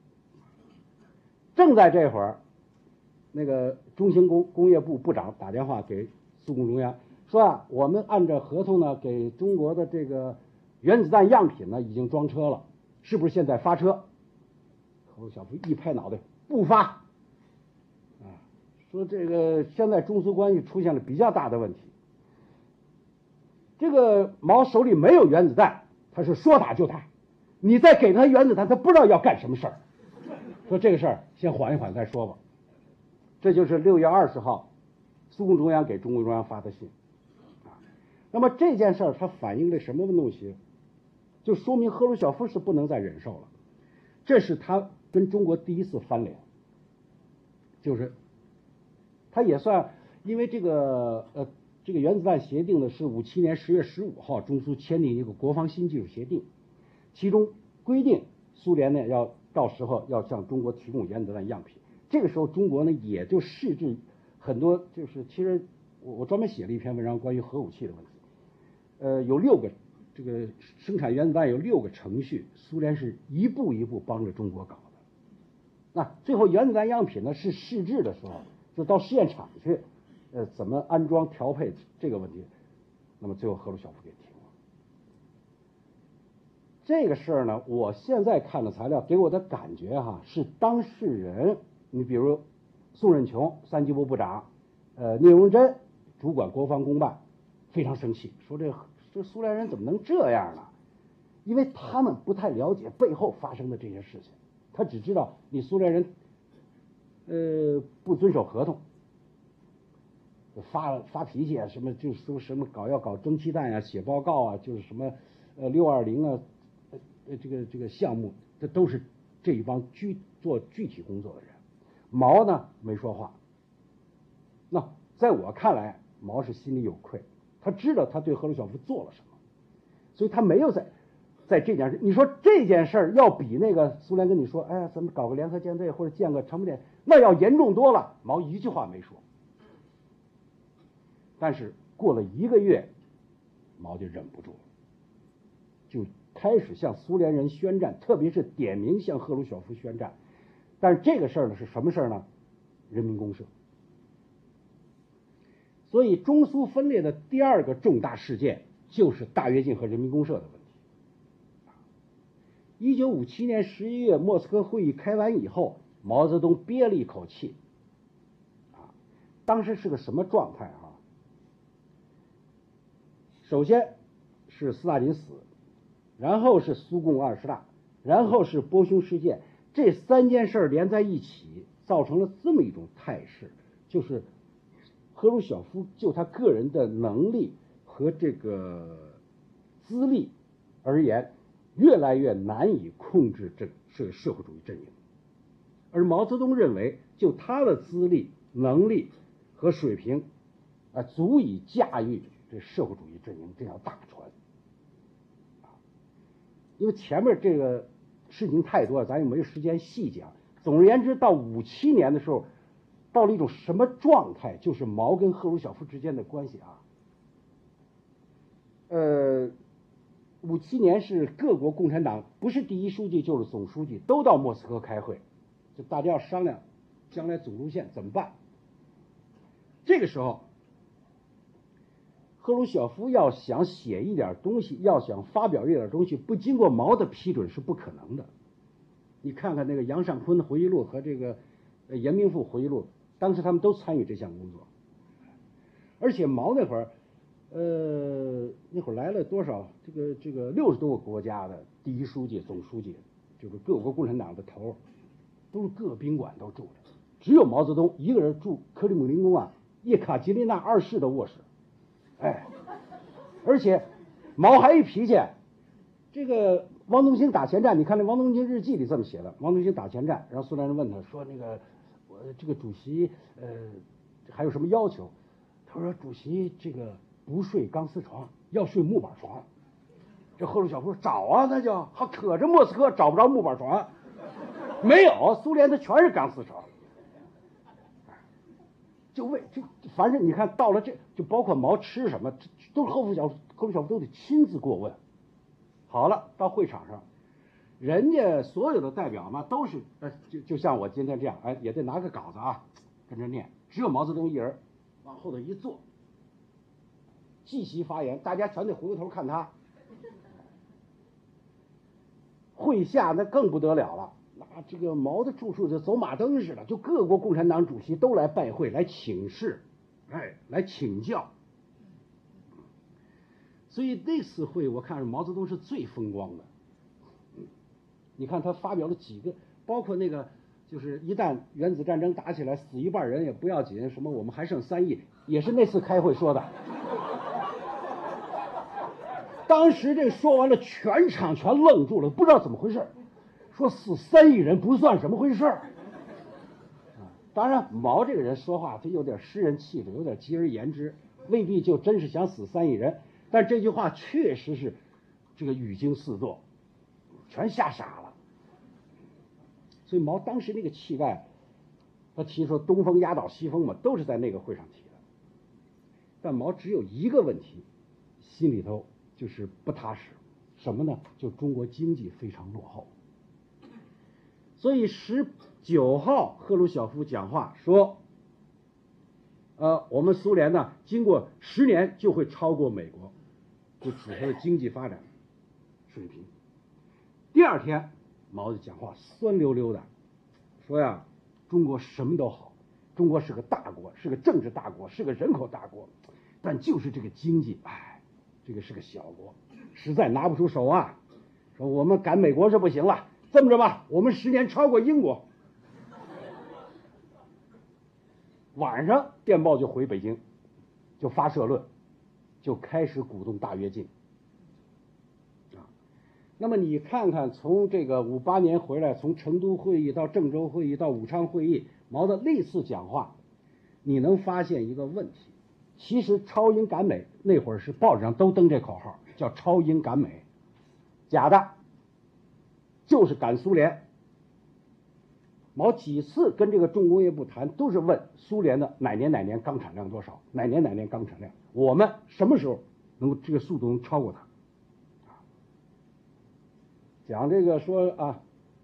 正在这会儿，那个中兴工业部部长打电话给苏共中央说啊，我们按照合同呢，给中国的这个原子弹样品呢已经装车了，是不是现在发车？赫鲁晓夫一拍脑袋，不发。啊，说这个现在中苏关系出现了比较大的问题。这个毛手里没有原子弹，他是说打就打，你再给他原子弹，他不知道要干什么事儿。说这个事儿先缓一缓再说吧。这就是6月20号，苏共中央给中共中央发的信。那么这件事儿它反映了什么东西？就说明赫鲁晓夫是不能再忍受了，这是他跟中国第一次翻脸，就是他也算因为这个原子弹协定呢是57年10月15号中苏签订一个国防新技术协定，其中规定苏联呢要到时候要向中国提供原子弹样品，这个时候中国呢也就设置很多，就是其实我专门写了一篇文章关于核武器的问题。有6个这个生产原子弹有6个程序，苏联是一步一步帮着中国搞的。那最后原子弹样品呢是试制的时候，就到试验场去，怎么安装调配这个问题，那么最后赫鲁晓夫给停了。这个事儿呢，我现在看的材料给我的感觉哈，是当事人，你比如宋任穷3级部部长，聂荣臻主管国防公办。非常生气，说这苏联人怎么能这样呢？因为他们不太了解背后发生的这些事情，他只知道你苏联人不遵守合同，发脾气啊，什么就说什么要搞蒸汽弹啊，写报告啊，就是什么620啊，这个项目，这都是这一帮做具体工作的人。毛呢没说话。那在我看来，毛是心里有愧。他知道他对赫鲁晓夫做了什么，所以他没有在这件事。你说这件事儿要比那个苏联跟你说，哎呀，咱们搞个联合舰队或者建个长不点，那要严重多了。毛一句话没说。但是过了1个月，毛就忍不住了，就开始向苏联人宣战，特别是点名向赫鲁晓夫宣战。但是这个事儿呢是什么事儿呢？人民公社。所以中苏分裂的第2个重大事件就是大跃进和人民公社的问题。1957年11月莫斯科会议开完以后，毛泽东憋了一口气，当时是个什么状态啊？首先是斯大林死，然后是苏共20大，然后是波匈事件，这3件事连在一起，造成了这么一种态势，就是赫鲁晓夫就他个人的能力和这个资历而言，越来越难以控制这个社会主义阵营。而毛泽东认为，就他的资历、能力和水平，足以驾驭这社会主义阵营这条大船。因为前面这个事情太多了，咱也没有时间细讲。总而言之，到57年的时候，到了一种什么状态？就是毛跟赫鲁晓夫之间的关系 57年是各国共产党不是第一书记就是总书记都到莫斯科开会，就大家要商量将来总路线怎么办。这个时候，赫鲁晓夫要想写一点东西，要想发表一点东西，不经过毛的批准是不可能的。你看看那个杨尚昆回忆录和这个严明富回忆录，当时他们都参与这项工作。而且毛那会儿，那会儿来了多少？这个60多个国家的第一书记、总书记，就是各国共产党的头，都是各宾馆都住着，只有毛泽东一个人住克里姆林宫啊，叶卡捷琳娜2世的卧室。哎，而且毛还一脾气，这个汪东兴打前站，你看那汪东兴日记里这么写的：汪东兴打前站，然后苏联人问他说：“那个我这个主席还有什么要求？”他说：“主席这个不睡钢丝床，要睡木板床。”这赫鲁晓夫说：“找啊，那就好，可着莫斯科找不着木板床，没有，苏联的全是钢丝床。”就为这，凡是你看到了这就包括毛吃什么，都是赫鲁晓夫都得亲自过问。好了，到会场上，人家所有的代表嘛都是就像我今天这样，哎，也得拿个稿子啊，跟着念。只有毛泽东一人往后头一坐，即席发言，大家全得回过头看他。会下那更不得了了。那这个毛的著述就走马灯似的，就各国共产党主席都来拜会，来请示，哎，来请教。所以那次会，我看毛泽东是最风光的。你看他发表了几个，包括那个就是一旦原子战争打起来，死一半人也不要紧，什么我们还剩3亿，也是那次开会说的。当时这说完了，全场全愣住了，不知道怎么回事。说死3亿人不算什么回事。当然，毛这个人说话他有点诗人气质，有点极而言之，未必就真是想死3亿人。但这句话确实是这个语惊四座，全吓傻了。所以毛当时那个气概，他提说东风压倒西风嘛，都是在那个会上提的。但毛只有一个问题，心里头就是不踏实，什么呢？就中国经济非常落后。所以19号赫鲁晓夫讲话说，我们苏联呢，经过10年就会超过美国，就指它的经济发展水平。第2天，毛就讲话酸溜溜的，说呀，中国什么都好，中国是个大国，是个政治大国，是个人口大国，但就是这个经济，哎，这个是个小国，实在拿不出手啊。说我们赶美国是不行了。这么着吧，我们10年超过英国。晚上电报就回北京，就发社论，就开始鼓动大跃进。那么你看看，从这个58年回来，从成都会议到郑州会议到武昌会议，毛的历次讲话，你能发现一个问题：其实超英赶美那会儿是报纸上都登这口号，叫超英赶美，假的。就是赶苏联。毛几次跟这个重工业部谈，都是问苏联的哪年钢产量多少，哪年钢产量，我们什么时候能够这个速度能超过它？讲这个说啊，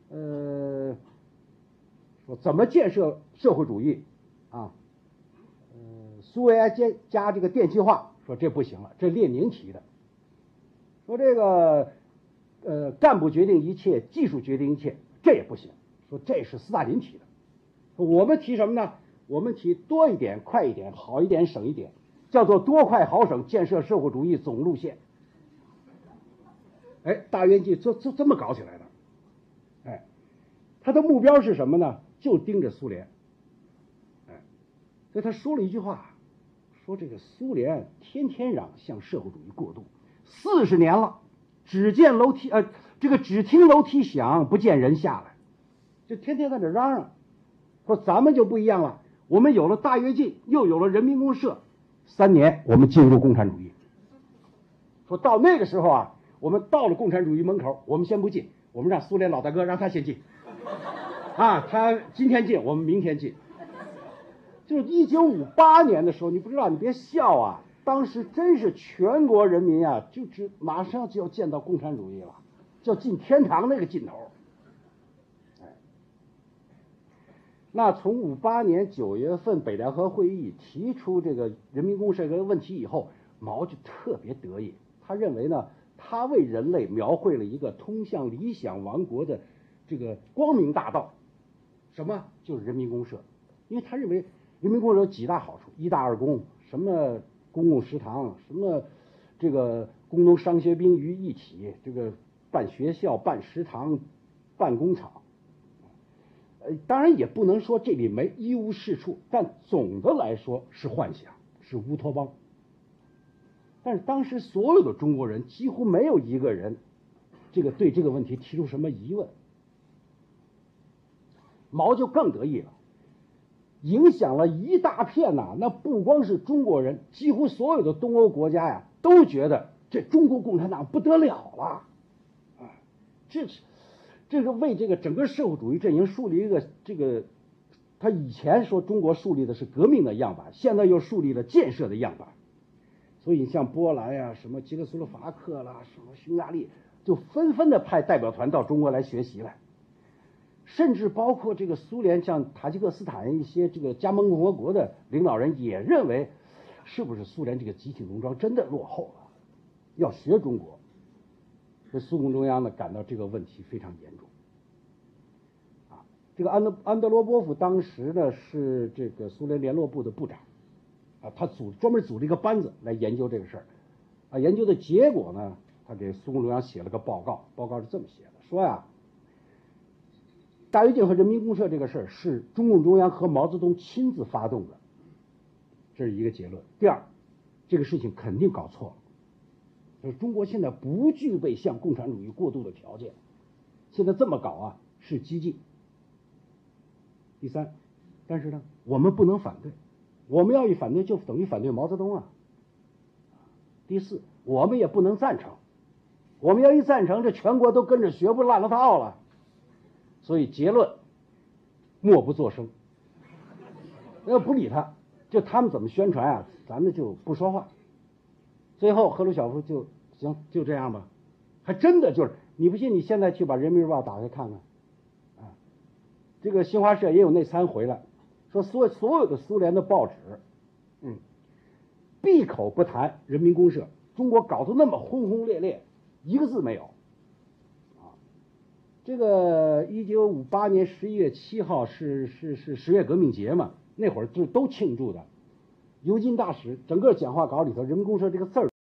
说怎么建设社会主义啊？苏维埃加这个电气化，说这不行了，这列宁提的。说这个。干部决定一切，技术决定一切，这也不行。说这是斯大林提的。我们提什么呢？我们提多一点、快一点、好一点、省一点，叫做多快好省建设社会主义总路线。哎，大跃进就这么搞起来的。哎，他的目标是什么呢？就盯着苏联。哎，所以他说了一句话，说这个苏联天天让向社会主义过渡，40年了。只听楼梯响，不见人下来，就天天在这嚷嚷。说咱们就不一样了，我们有了大跃进，又有了人民公社，3年我们进入共产主义。说到那个时候啊，我们到了共产主义门口，我们先不进，我们让苏联老大哥让他先进。啊，他今天进，我们明天进。就是1958年的时候，你不知道，你别笑啊。 当时真是全国人民啊，马上就要见到共产主义了，就要进天堂那个劲头。那从58年9月份北戴河会议提出这个人民公社这个问题以后，毛就特别得意，他认为呢，他为人类描绘了一个通向理想王国的这个光明大道。什么？就是人民公社。因为他认为人民公社有几大好处：一大二公，什么公共食堂，什么这个工农商学兵于一体，这个办学校、办食堂、办工厂。当然也不能说这里没一无是处，但总的来说是幻想，是乌托邦。但是当时所有的中国人几乎没有一个人对这个问题提出什么疑问。毛就更得意了，影响了一大片呐，那不光是中国人，几乎所有的东欧国家呀都觉得这中国共产党不得了了啊！这个为这个整个社会主义阵营树立一个他以前说中国树立的是革命的样板，现在又树立了建设的样板。所以像波兰呀、什么捷克斯洛伐克啦、什么匈牙利，就纷纷的派代表团到中国来学习来，甚至包括这个苏联，像塔吉克斯坦一些这个加盟共和国的领导人也认为，是不是苏联这个集体农庄真的落后了，要学中国。这苏共中央呢感到这个问题非常严重。这个安德罗波夫当时呢是这个苏联联络部的部长，他专门组了一个班子来研究这个事儿，研究的结果呢，他给苏共中央写了个报告，报告是这么写的，说呀，大跃进和人民公社这个事儿是中共中央和毛泽东亲自发动的，这是一个结论。第二，这个事情肯定搞错了，就是中国现在不具备向共产主义过渡的条件，现在这么搞啊是激进。第三，但是呢，我们不能反对，我们要一反对就等于反对毛泽东啊。第四，我们也不能赞成，我们要一赞成，这全国都跟着学不烂了套了。所以结论，默不作声，要不理他，就他们怎么宣传啊，咱们就不说话。最后赫鲁晓夫就行，就这样吧，还真的就是，你不信，你现在去把《人民日报》打开看看。这个新华社也有内参回来，说所有的苏联的报纸，闭口不谈人民公社，中国搞得那么轰轰烈烈，一个字没有。这个1958年11月7号是十月革命节嘛，那会儿就都庆祝的。尤金大使整个讲话稿里头，人民公社这个字儿。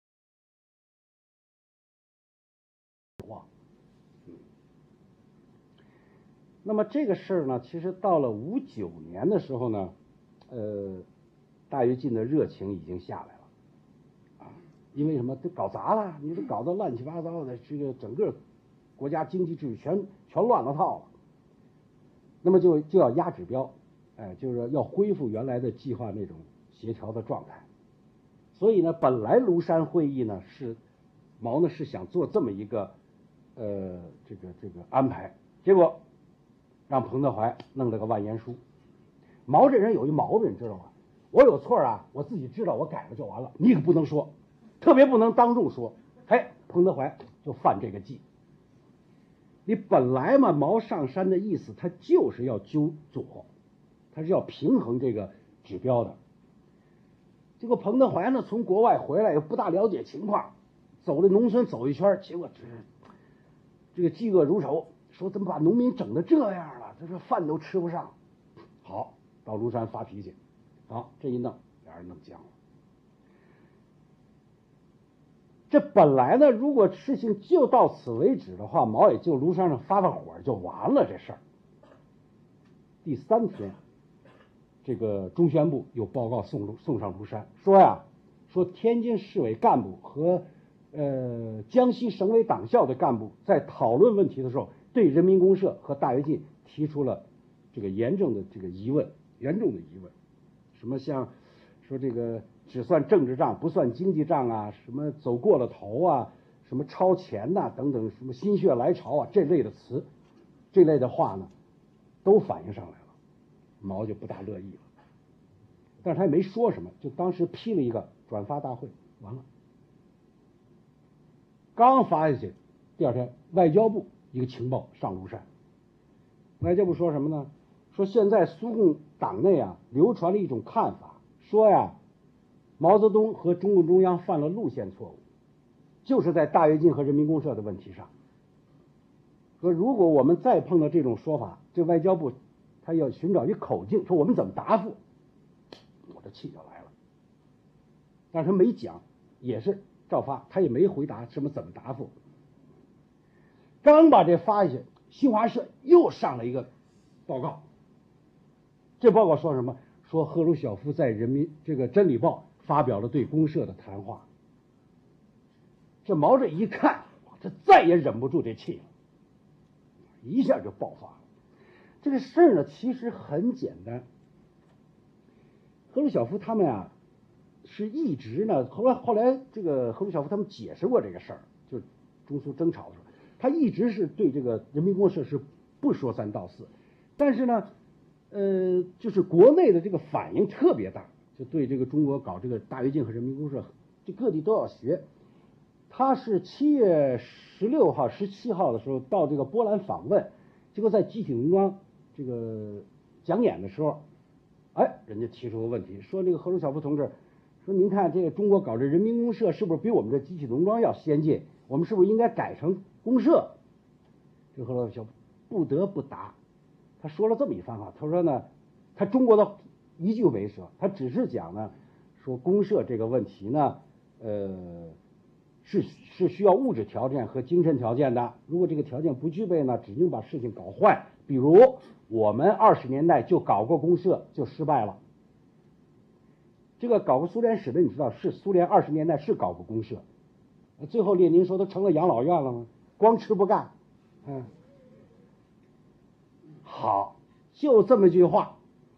那么这个事儿呢，其实到了59年的时候呢，大跃进的热情已经下来了，因为什么？都搞砸了，你都搞得乱七八糟的，这个整个国家经济秩序全乱了套了。那么就要压指标，就是要恢复原来的计划那种协调的状态。所以呢，本来庐山会议呢毛呢是想做这么一个这个安排，结果让彭德怀弄了个万言书。毛这人有一毛病，知道吗？我有错啊，我自己知道，我改了就完了，你可不能说，特别不能当众说。彭德怀就犯这个忌。你本来嘛，毛上山的意思，他就是要纠左，他是要平衡这个指标的。结果彭德怀呢，从国外回来也不大了解情况，走了农村走一圈，结果这个饥饿如仇。说怎么把农民整得这样了？他说饭都吃不上。好，到庐山发脾气，好，这一弄，俩人弄僵了。这本来呢，如果事情就到此为止的话，毛也就庐山上发火就完了这事儿。第3天，这个中宣部有报告送上庐山，说天津市委干部和江西省委党校的干部在讨论问题的时候，对人民公社和大跃进提出了这个严重的疑问，什么像说这个只算政治账不算经济账啊，什么走过了头啊，什么超前呐、等等，什么心血来潮啊这类的词，这类的话呢，都反映上来了，毛就不大乐意了，但是他也没说什么，就当时批了一个转发大会完了，刚发下去，第二天外交部一个情报上庐山，外交部说什么呢？说现在苏共党内啊流传了一种看法，说呀毛泽东和中共中央犯了路线错误，就是在大跃进和人民公社的问题上。说如果我们再碰到这种说法，这外交部他要寻找一口径，说我们怎么答复？我这气就来了。但是他没讲，也是照发，他也没回答什么怎么答复。刚把这发下去，新华社又上了一个报告。这报告说什么？说赫鲁晓夫在真理报发表了对公社的谈话。这毛主席一看，这再也忍不住这气了，一下就爆发了。这个事儿呢，其实很简单。赫鲁晓夫他们啊，是一直呢，后来这个赫鲁晓夫他们解释过这个事儿，就中苏争吵的时候，他一直是对这个人民公社是不说三道四，但是呢，就是国内的这个反应特别大，就对这个中国搞这个大跃进和人民公社，这各地都要学。他是7月16号、17号的时候到这个波兰访问，结果在集体农庄这个讲演的时候，哎，人家提出个问题，说这个赫鲁晓夫同志，说您看这个中国搞这人民公社是不是比我们这集体农庄要先进？我们是不是应该改成公社？这个赫鲁晓夫不得不答，他说了这么一番话，他说呢，他中国的一句没说，他只是讲呢，说公社这个问题呢，是需要物质条件和精神条件的。如果这个条件不具备呢，只能把事情搞坏。比如我们20年代就搞过公社，就失败了。这个搞过苏联史的，你知道是苏联20年代是搞过公社，最后列宁说都成了养老院了吗？光吃不干。好，就这么句话。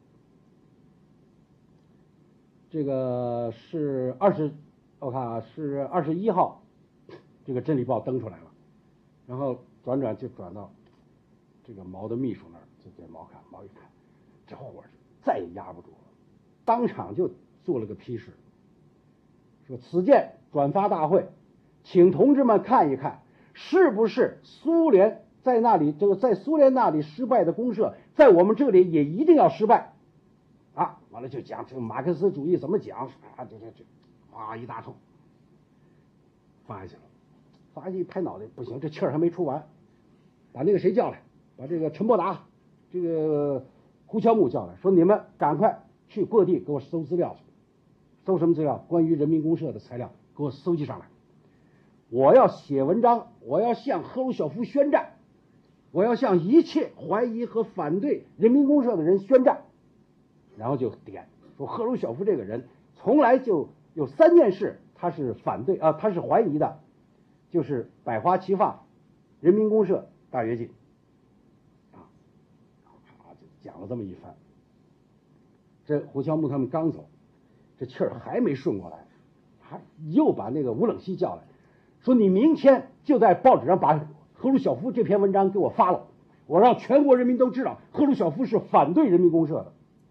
这个是我看啊，是21号，这个《真理报》登出来了，然后转到这个毛的秘书那儿，就给毛看，毛一看，这火再也压不住了，当场就做了个批示，说此件转发大会，请同志们看一看，是不是苏联在苏联那里失败的公社，在我们这里也一定要失败啊！完了就讲这个马克思主义怎么讲啊，这哗一大通发下去了，发下去一拍脑袋，不行，这气儿还没出完，把那个谁叫来，把这个陈伯达、这个胡乔木叫来，说你们赶快去各地给我搜资料去，搜什么资料？关于人民公社的材料，给我搜集上来。我要写文章，我要向赫鲁晓夫宣战，我要向一切怀疑和反对人民公社的人宣战。然后就点说赫鲁晓夫这个人从来就有3件事他是反对啊，他是怀疑的，就是百花齐放、人民公社、大跃进啊，就讲了这么一番。这胡乔木他们刚走，这气儿还没顺过来，又把那个吴冷西叫来，说你明天就在报纸上把赫鲁晓夫这篇文章给我发了，我让全国人民都知道赫鲁晓夫是反对人民公社的。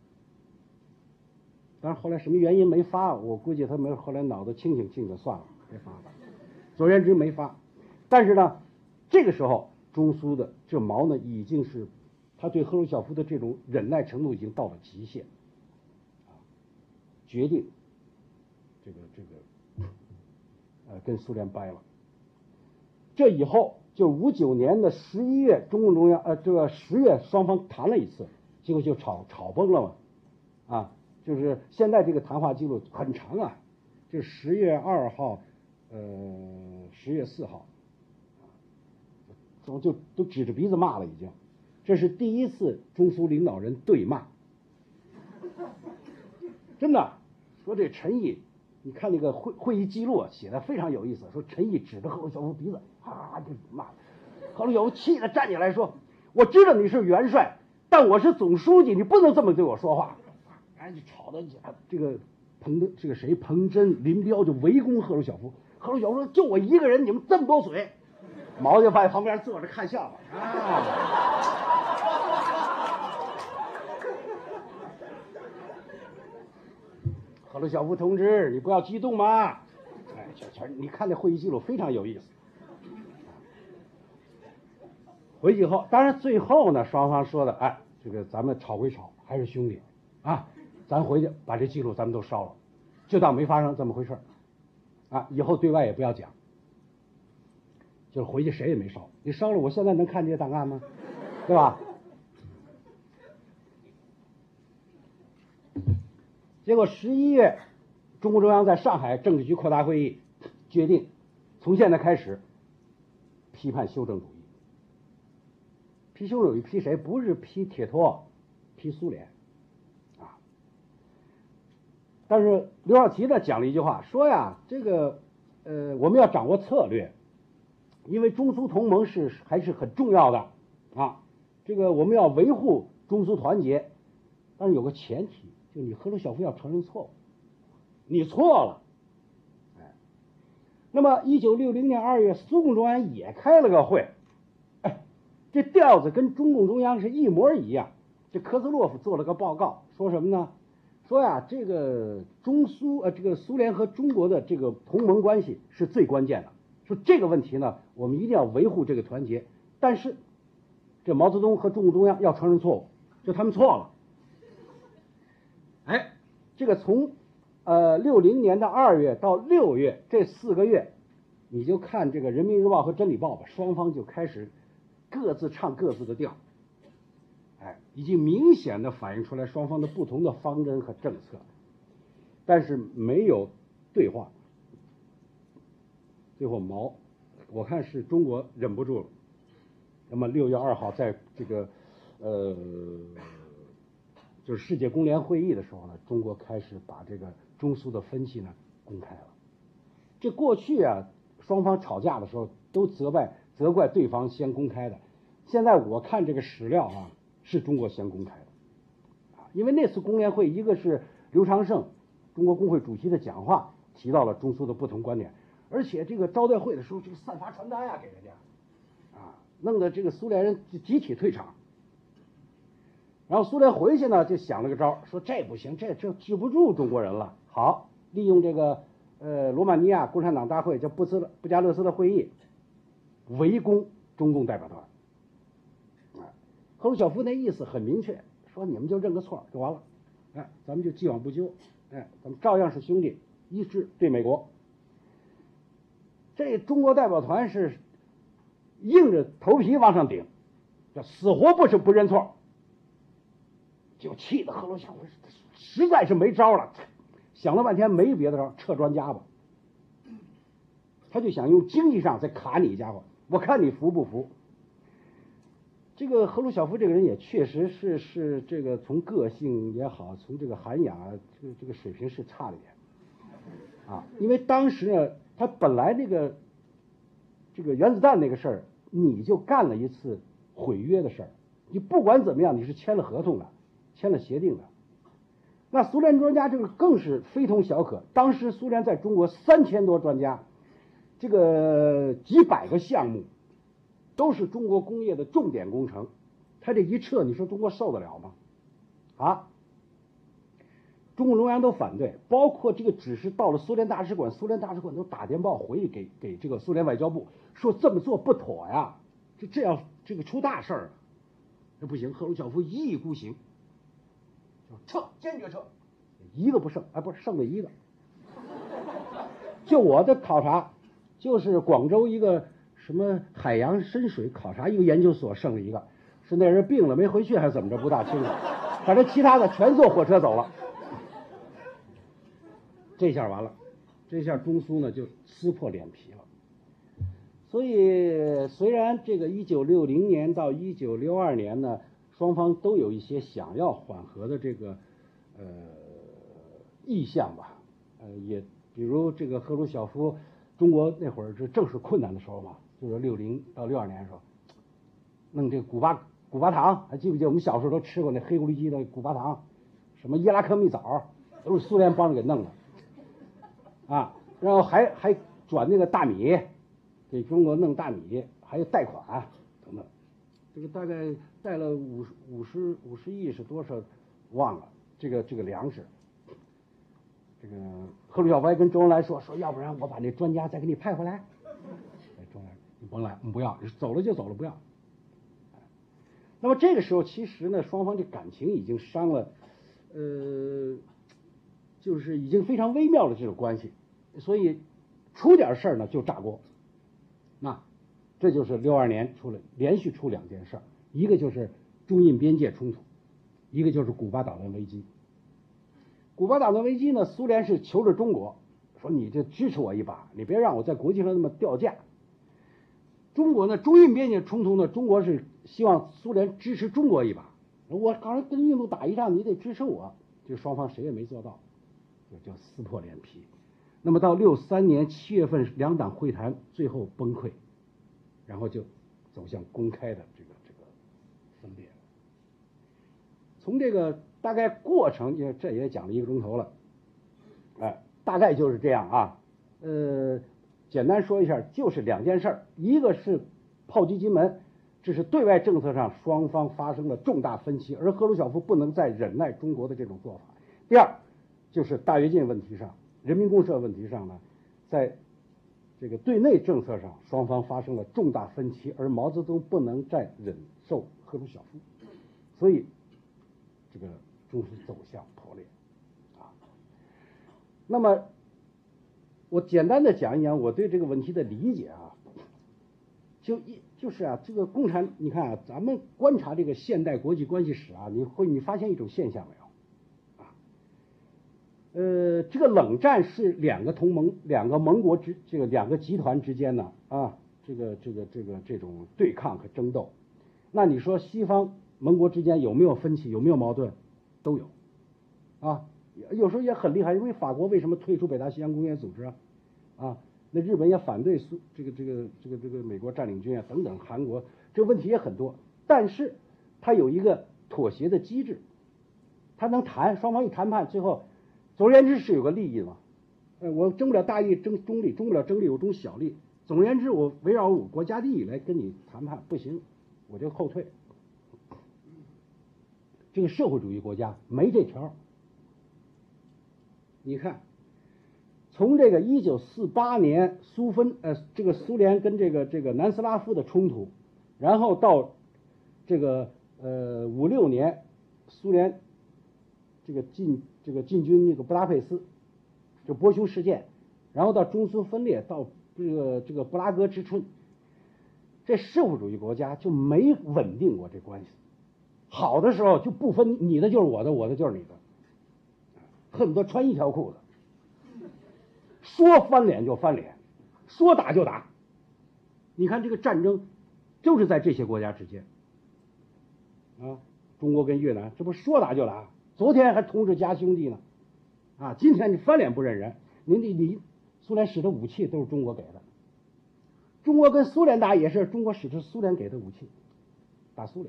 当然后来什么原因没发，我估计他们后来脑子清醒就算了，别发了。总而言之没发。但是呢，这个时候中苏的这毛呢，已经是他对赫鲁晓夫的这种忍耐程度已经到了极限，决定跟苏联掰了。这以后就59年的11月，中共中央10月双方谈了一次，结果就吵崩了嘛，就是现在这个谈话记录很长啊，就是10月2号，10月4号，就都指着鼻子骂了已经。这是第一次中苏领导人对骂，真的。说这陈毅，你看那个会议记录写的非常有意思，说陈毅指着赫鲁晓夫鼻子，就骂，赫鲁晓夫气得站起来说：“我知道你是元帅，但我是总书记，你不能这么对我说话。”就吵得这个彭真、林彪就围攻赫鲁晓夫。赫鲁晓夫说：“就我一个人，你们这么多嘴。”毛就在旁边坐着看笑话。 赫鲁晓夫同志，你不要激动嘛。哎，你看那会议记录非常有意思。回去以后，当然最后呢，双方说的，哎，这个咱们吵归吵，还是兄弟啊，咱回去把这记录咱们都烧了，就当没发生这么回事啊，以后对外也不要讲。就是回去谁也没烧，你烧了，我现在能看这些档案吗？对吧？结果11月，中共中央在上海政治局扩大会议决定，从现在开始批判修正主义。批修正主义批谁？不是批铁托，批苏联啊。但是刘少奇呢讲了一句话，说呀，这个我们要掌握策略，因为中苏同盟还是很重要的啊。这个我们要维护中苏团结，但是有个前提，就你赫鲁晓夫要承认错误，你错了。哎，那么1960年2月，苏共中央也开了个会，哎，这调子跟中共中央是一模一样。这科兹洛夫做了个报告，说什么呢？说呀，这个这个苏联和中国的这个同盟关系是最关键的。说这个问题呢，我们一定要维护这个团结，但是这毛泽东和中共中央要承认错误，就他们错了。哎，这个从60年的2月到6月这4个月，你就看这个《人民日报》和《真理报》吧，双方就开始各自唱各自的调，哎，已经明显的反映出来双方的不同的方针和政策，但是没有对话。最后我看是中国忍不住了。那么6月2号在这个就是世界工联会议的时候呢，中国开始把这个中苏的分歧呢公开了。这过去啊，双方吵架的时候都责怪对方先公开的，现在我看这个史料啊，是中国先公开的啊，因为那次工联会，一个是刘长胜中国工会主席的讲话提到了中苏的不同观点。而且这个招待会的时候，这个散发传单呀给人家，啊，弄得这个苏联人集体退场。然后苏联回去呢，就想了个招，说这不行，这治不住中国人了。好，利用这个罗马尼亚共产党大会叫布加勒斯的会议，围攻中共代表团。啊，赫鲁晓夫那意思很明确，说你们就认个错就完了，哎，咱们就既往不咎，哎，咱们照样是兄弟，一致对美国。这中国代表团是硬着头皮往上顶，这死活不认错，就气得赫鲁晓夫实在是没招了，想了半天没别的招，撤专家吧。他就想用经济上再卡你一家伙，我看你服不服。这个赫鲁晓夫这个人也确实是这个从个性也好，从这个涵养这个水平是差了一点啊，因为当时呢。他本来这个原子弹那个事儿，你就干了一次毁约的事儿，你不管怎么样，你是签了合同的，签了协定的。那苏联专家这个更是非同小可，当时苏联在中国3000多专家，这个几百个项目，都是中国工业的重点工程，他这一撤，你说中国受得了吗？啊？中共中央都反对，包括这个指示到了苏联大使馆，苏联大使馆都打电报回给这个苏联外交部，说这么做不妥呀，这样这个出大事儿，这不行。赫鲁晓夫一意孤行，就撤，坚决撤，一个不剩，不是剩了一个。就我的考察，就是广州一个什么海洋深水考察一个研究所剩了一个，是那人病了没回去还是怎么着不大清楚，反正其他的全坐火车走了。这下完了，这下中苏呢就撕破脸皮了。所以虽然这个1960年到1962年呢，双方都有一些想要缓和的这个意向吧，也比如这个赫鲁晓夫，中国那会儿是正是困难的时候嘛，就是60到62年的时候，弄这个古巴糖，还记不记得我们小时候都吃过那黑咕噜鸡的古巴糖，什么伊拉克蜜枣，都是苏联帮着给弄的。啊，然后还转那个大米，给中国弄大米，还有贷款等等，这个大概贷了50亿是多少忘了，这个粮食， 这个赫鲁晓夫还跟周恩来说，要不然我把那专家再给你派回来。周恩来，你甭来，不要，走了就走了，不要。那么这个时候，其实呢，双方这感情已经伤了，就是已经非常微妙的这种关系，所以出点事儿呢就炸锅。那这就是62年连续出2件事儿，一个就是中印边界冲突，一个就是古巴导弹危机。古巴导弹危机呢，苏联是求着中国说你这支持我一把，你别让我在国际上那么掉价。中国呢，中印边界冲突呢，中国是希望苏联支持中国一把。我刚才跟印度打一仗，你得支持我，这双方谁也没做到，就撕破脸皮。那么到63年7月份2党会谈最后崩溃，然后就走向公开的这个分裂。从这个大概过程，因为这也讲了1个钟头了，大概就是这样啊。简单说一下，就是2件事儿，一个是炮击金门，这是对外政策上双方发生了重大分歧，而赫鲁晓夫不能再忍耐中国的这种做法。第二，就是大跃进问题上、人民公社问题上呢，在这个对内政策上双方发生了重大分歧，而毛泽东不能再忍受赫鲁晓夫，所以这个中苏走向破裂啊。那么我简单的讲一讲我对这个问题的理解啊，就是啊，这个共产，你看啊，咱们观察这个现代国际关系史啊，你发现一种现象没有啊？这个冷战是2个同盟、2个盟国2个集团之间呢啊，这种对抗和争斗。那你说西方盟国之间有没有分歧？有没有矛盾？都有啊。有时候也很厉害，因为法国为什么退出北大西洋公约组织啊？那日本也反对这个美国占领军啊等等，韩国这个问题也很多，但是它有一个妥协的机制，它能谈，双方一谈判，最后总而言之是有个利益嘛。我争不了大利，争中利，争不了争利，我争小利。总而言之，我围绕我国家利益来跟你谈判，不行，我就后退。这个社会主义国家没这条。你看，从这个1948年这个苏联跟这个南斯拉夫的冲突，然后到这个56年苏联进军那个布达佩斯，就波匈事件，然后到中苏分裂，到这个布拉格之春，这社会主义国家就没稳定过这关系。好的时候就不分你的就是我的，我的就是你的，恨不得穿一条裤子，说翻脸就翻脸，说打就打。你看这个战争就是在这些国家之间啊，中国跟越南这不说打就打，昨天还同志家兄弟呢啊，今天你翻脸不认人。你苏联使的武器都是中国给的，中国跟苏联打也是中国使的苏联给的武器打苏联。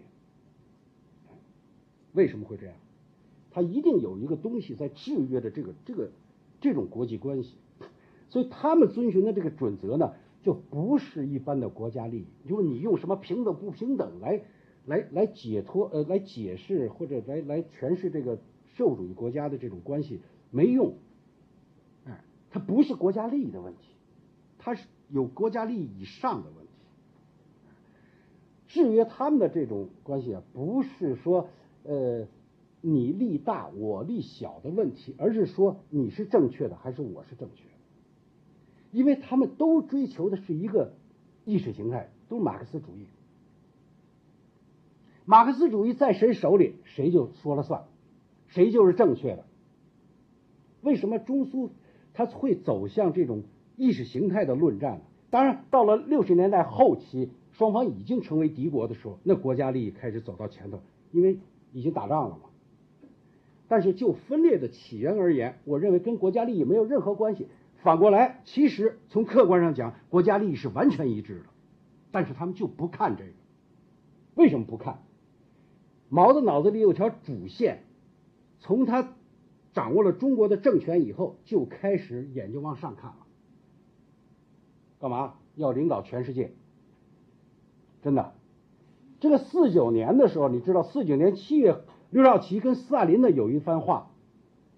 为什么会这样？它一定有一个东西在制约着这种国际关系，所以他们遵循的这个准则呢，就不是一般的国家利益。就是你用什么平等不平等来解释或者来诠释这个社会主义国家的这种关系没用。它不是国家利益的问题，它是有国家利益以上的问题。制约他们的这种关系啊，不是说你利大我利小的问题，而是说你是正确的还是我是正确的。因为他们都追求的是一个意识形态，都是马克思主义。马克思主义在谁手里，谁就说了算，谁就是正确的。为什么中苏它会走向这种意识形态的论战呢？当然，到了60年代后期，双方已经成为敌国的时候，那国家利益开始走到前头，因为已经打仗了嘛。但是就分裂的起源而言，我认为跟国家利益没有任何关系。反过来，其实从客观上讲，国家利益是完全一致的，但是他们就不看这个。为什么不看？毛的脑子里有条主线，从他掌握了中国的政权以后，就开始眼睛往上看了。干嘛？要领导全世界。真的，这个49年的时候，你知道49年7月，刘少奇跟斯大林呢有一番话。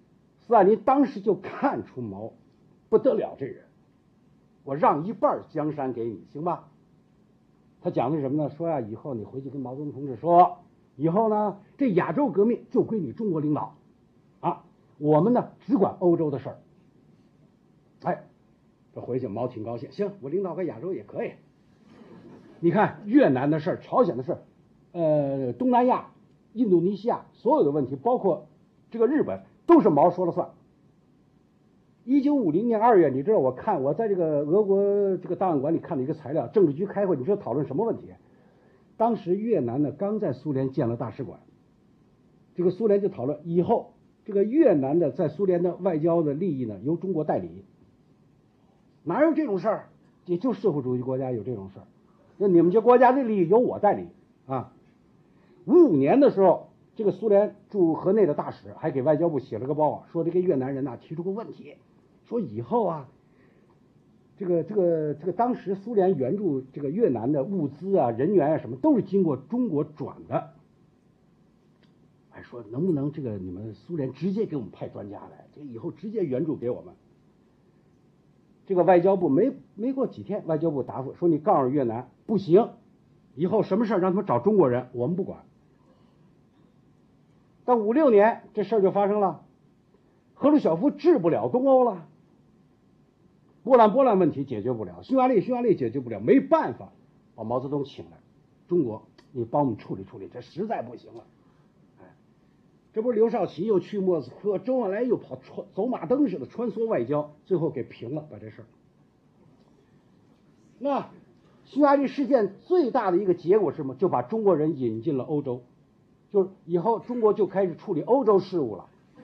斯大林当时就看出毛不得了，这人，我让一半江山给你，行吧？他讲的是什么呢？说呀，以后你回去跟毛泽东同志说，以后呢，这亚洲革命就归你中国领导，啊，我们呢只管欧洲的事儿。哎，这回去毛挺高兴，行，我领导个亚洲也可以。你看越南的事儿、朝鲜的事儿，东南亚、印度尼西亚所有的问题，包括这个日本，都是毛说了算。1950年2月，你知道我在这个俄国这个档案馆里看了一个材料，政治局开会，你知道讨论什么问题？当时越南呢刚在苏联建了大使馆，这个苏联就讨论以后这个越南的在苏联的外交的利益呢由中国代理。哪有这种事儿？也就社会主义国家有这种事儿。那你们这国家的利益由我代理啊。55年的时候，这个苏联驻河内的大使还给外交部写了个报，说这个越南人呐提出个问题，说以后啊，这个当时苏联援助这个越南的物资啊、人员啊什么都是经过中国转的。还说能不能这个你们苏联直接给我们派专家来，这以后直接援助给我们。这个外交部没过几天，外交部答复说你告诉越南不行，以后什么事让他们找中国人，我们不管。到56年，这事儿就发生了，赫鲁晓夫治不了东欧了，波兰问题解决不了，匈牙利解决不了，没办法，把毛泽东请来，中国你帮我们处理处理，这实在不行了。哎，这不是刘少奇又去莫斯科，周恩来又跑走马灯似的穿梭外交，最后给平了，把这事儿。那匈牙利事件最大的一个结果是什么？就把中国人引进了欧洲，就是以后中国就开始处理欧洲事务了。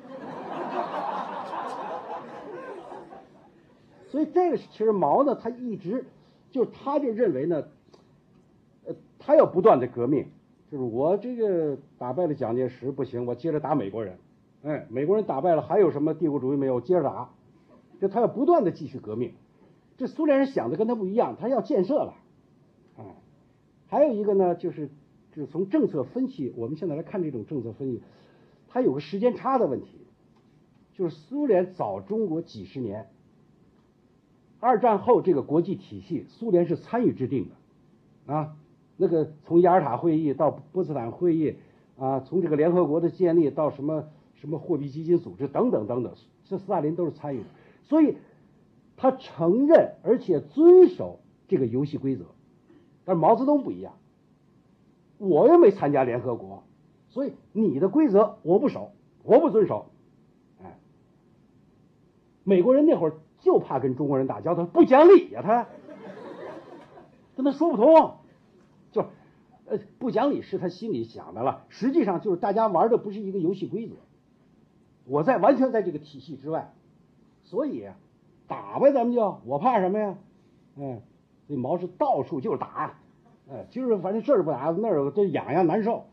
所以这个其实毛呢，他一直他就认为呢，他要不断的革命，就是我这个打败了蒋介石不行，我接着打美国人，哎，美国人打败了，还有什么帝国主义没有？接着打，就他要不断的继续革命。这苏联人想的跟他不一样，他要建设了，哎，还有一个呢，就是从政策分析，我们现在来看这种政策分析，它有个时间差的问题，就是苏联早中国几十年。二战后这个国际体系，苏联是参与制定的，啊，那个从雅尔塔会议到波茨坦会议，啊，从这个联合国的建立到什么货币基金组织等等等等，这斯大林都是参与的，所以他承认而且遵守这个游戏规则。但是毛泽东不一样，我又没参加联合国，所以你的规则我不守，我不遵守。哎，美国人那会儿就怕跟中国人打交道，不讲理呀，他跟他说不通，就不讲理是他心里想的了，实际上就是大家玩的不是一个游戏规则，我完全在这个体系之外，所以打呗，咱们就我怕什么呀？这毛是到处就是打，就是反正这儿不打那儿这痒难受，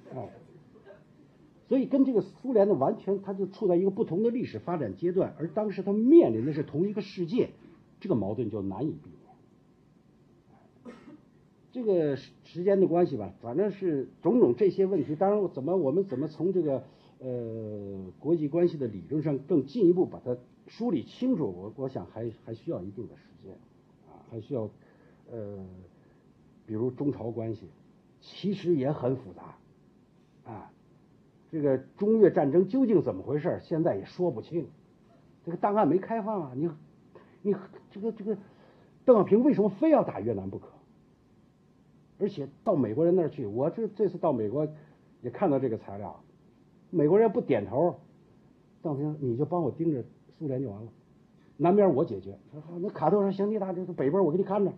所以跟这个苏联的完全，它就处在一个不同的历史发展阶段，而当时它面临的是同一个世界，这个矛盾就难以避免。这个时间的关系吧，反正是种种这些问题，当然我们怎么从这个国际关系的理论上更进一步把它梳理清楚，我想还需要一定的时间啊，还需要比如中朝关系，其实也很复杂啊。这个中越战争究竟怎么回事，现在也说不清。这个档案没开放啊，你这个邓小平为什么非要打越南不可？而且到美国人那儿去，我这次到美国也看到这个材料，美国人不点头，邓小平你就帮我盯着苏联就完了，南边我解决。那卡特说行，你打这北边我给你看着。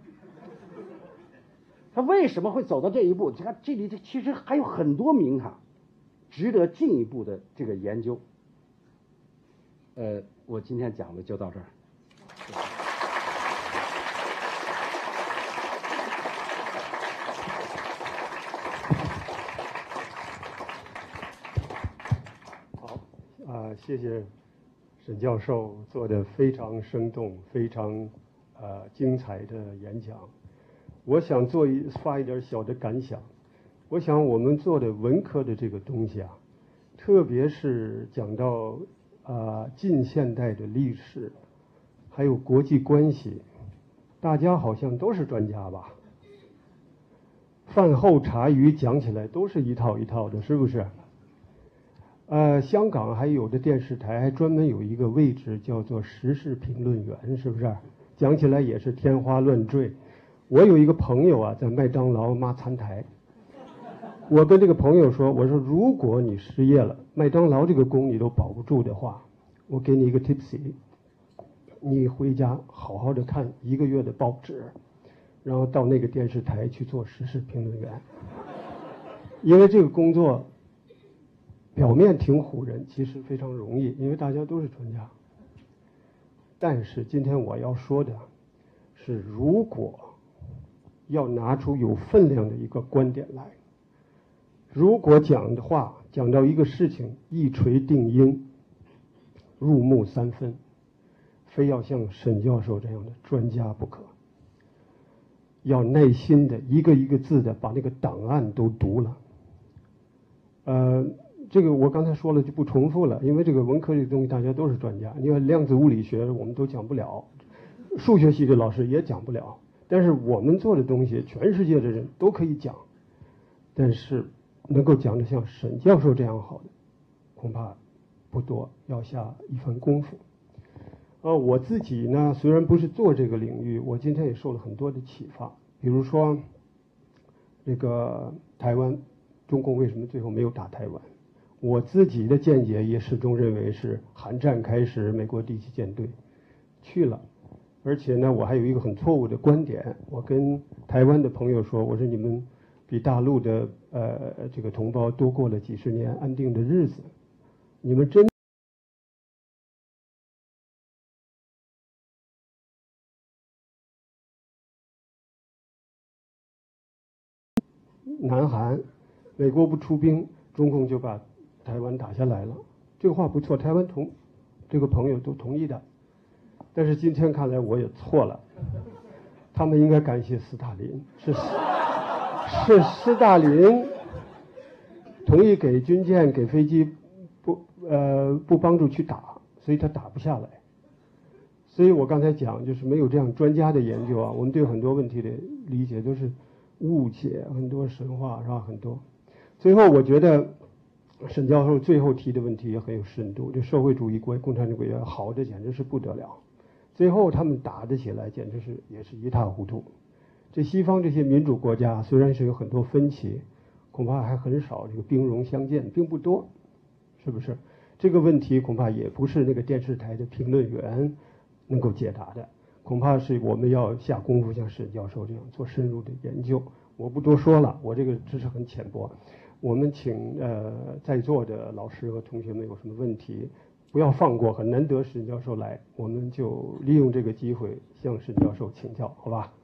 他为什么会走到这一步？你看这里其实还有很多名堂，值得进一步的这个研究。我今天讲的就到这儿。 好，谢谢沈教授做的非常生动、非常精彩的演讲。我想发一点小的感想。我想我们做的文科的这个东西啊，特别是讲到近现代的历史，还有国际关系，大家好像都是专家吧？饭后茶余讲起来都是一套一套的，是不是？香港还有的电视台还专门有一个位置叫做时事评论员，是不是？讲起来也是天花乱坠。我有一个朋友啊，在麦当劳抹餐台。我跟这个朋友说，我说如果你失业了，麦当劳这个工你都保不住的话，我给你一个 tipsy， 你回家好好的看1个月的报纸，然后到那个电视台去做时事评论员。因为这个工作表面挺唬人，其实非常容易，因为大家都是专家。但是今天我要说的是，如果要拿出有分量的一个观点来，如果讲的话讲到一个事情一锤定音，入木三分，非要像沈教授这样的专家不可，要耐心的一个一个字的把那个档案都读了。这个我刚才说了就不重复了，因为这个文科这个东西大家都是专家。你看量子物理学我们都讲不了，数学系的老师也讲不了，但是我们做的东西全世界的人都可以讲，但是能够讲得像沈教授这样好的恐怕不多，要下一番功夫。我自己呢虽然不是做这个领域，我今天也受了很多的启发。比如说这个台湾，中共为什么最后没有打台湾？我自己的见解也始终认为是韩战开始，美国第7舰队去了，而且呢，我还有一个很错误的观点。我跟台湾的朋友说，我说你们比大陆的这个同胞多过了几十年安定的日子，你们真南韩，美国不出兵，中共就把台湾打下来了。这个话不错，台湾这个朋友都同意的。但是今天看来我也错了，他们应该感谢斯大林，是斯大林同意给军舰给飞机不帮助去打，所以他打不下来。所以我刚才讲就是没有这样专家的研究啊，我们对很多问题的理解都是误解，很多神话是吧？很多。最后我觉得沈教授最后提的问题也很有深度，这社会主义国、共产主义国家好的简直是不得了，最后他们打得起来简直是也是一塌糊涂。这西方这些民主国家虽然是有很多分歧，恐怕还很少这个兵戎相见，并不多，是不是？这个问题恐怕也不是那个电视台的评论员能够解答的，恐怕是我们要下功夫，像沈教授这样做深入的研究。我不多说了，我这个知识很浅薄。我们请在座的老师和同学们有什么问题，不要放过，很难得沈教授来，我们就利用这个机会向沈教授请教，好吧？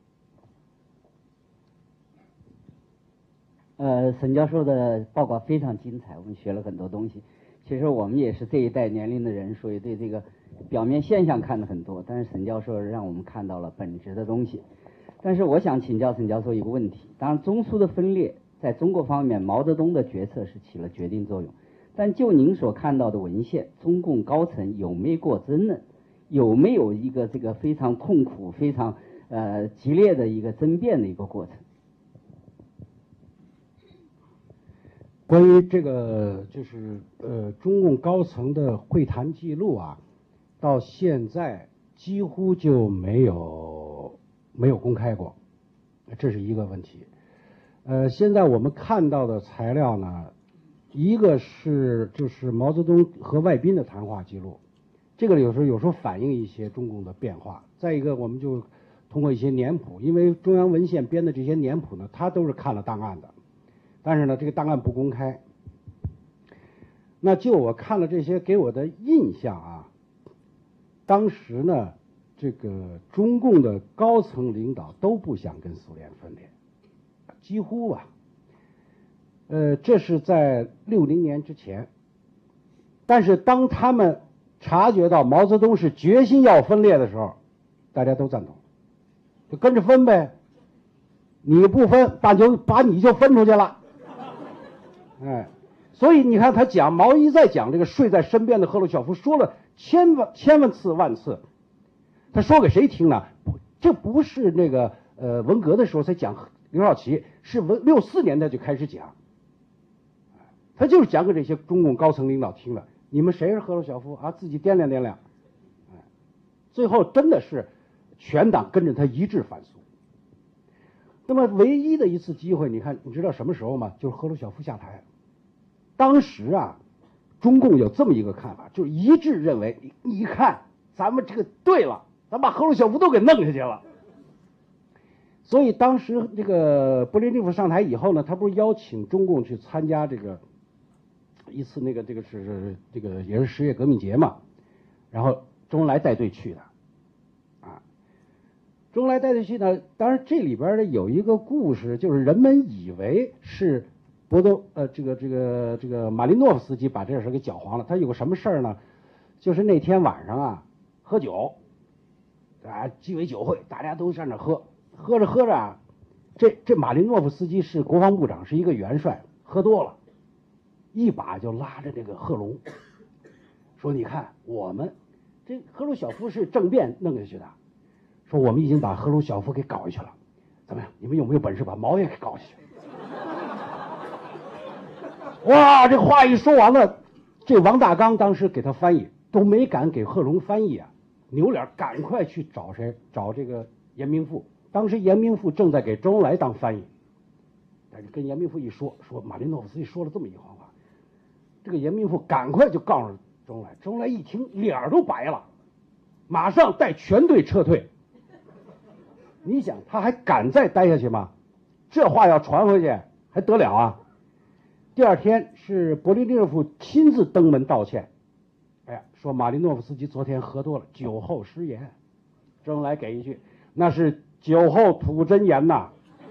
沈教授的报告非常精彩，我们学了很多东西。其实我们也是这一代年龄的人，所以对这个表面现象看的很多，但是沈教授让我们看到了本质的东西。但是我想请教沈教授一个问题，当然中苏的分裂在中国方面，毛泽东的决策是起了决定作用，但就您所看到的文献，中共高层有没有过争论，有没有一个这个非常痛苦、非常激烈的一个争辩的一个过程？ 关于这个就是中共高层的会谈记录啊，到现在几乎就没有公开过，这是一个问题。现在我们看到的材料呢，一个是就是毛泽东和外宾的谈话记录，这个有时候反映一些中共的变化。再一个，我们就通过一些年谱，因为中央文献编的这些年谱呢，他都是看了档案的，但是呢，这个档案不公开。那就我看了这些给我的印象啊，当时呢，这个中共的高层领导都不想跟苏联分裂，几乎吧。这是在60年之前，但是当他们察觉到毛泽东是决心要分裂的时候，大家都赞同，就跟着分呗。你不分，把你就分出去了。 所以你看他讲毛一在讲这个睡在身边的赫鲁晓夫，说了千万次万次。他说给谁听呢？这不是那个文革的时候才讲刘少奇，是64年代就开始讲。他就是讲给这些中共高层领导听的。你们谁是赫鲁晓夫啊？自己掂量掂量。最后真的是全党跟着他一致反苏。那么唯一的一次机会，你看，你知道什么时候吗？就是赫鲁晓夫下台。当时啊，中共有这么一个看法，就是一致认为，你看咱们这个对了，咱把赫鲁晓夫都给弄下去了。所以当时这个柏林政府上台以后呢，他不是邀请中共去参加这个一次这个也是10月革命节嘛，然后周恩来带队去的，啊，周恩来带队去呢，当然这里边呢有一个故事，就是人们以为是这个马林诺夫斯基把这事给搅黄了。他有个什么事儿呢？就是那天晚上啊，喝酒，啊，鸡尾酒会，大家都上那喝，喝着啊，这马林诺夫斯基是国防部长，是一个元帅，喝多了，一把就拉着这个贺龙，说你看我们这赫鲁晓夫是政变弄下去的，说我们已经把赫鲁晓夫给搞下去了，怎么样？你们有没有本事把毛也给搞下去？哇，这话一说完了，这王大刚当时给他翻译，都没敢给贺龙翻译啊，扭脸赶快去找谁？找这个严明富。当时严明富正在给周恩来当翻译，但是跟严明富一说马林诺夫斯基说了这么一番话，这个严明富赶快就告诉周恩来，周恩来一听脸都白了，马上带全队撤退。你想他还敢再待下去吗？这话要传回去还得了啊？第二天是柏林政府亲自登门道歉，哎呀，说马林诺夫斯基昨天喝多了，酒后失言。周恩来给一句，那是酒后吐真言呐。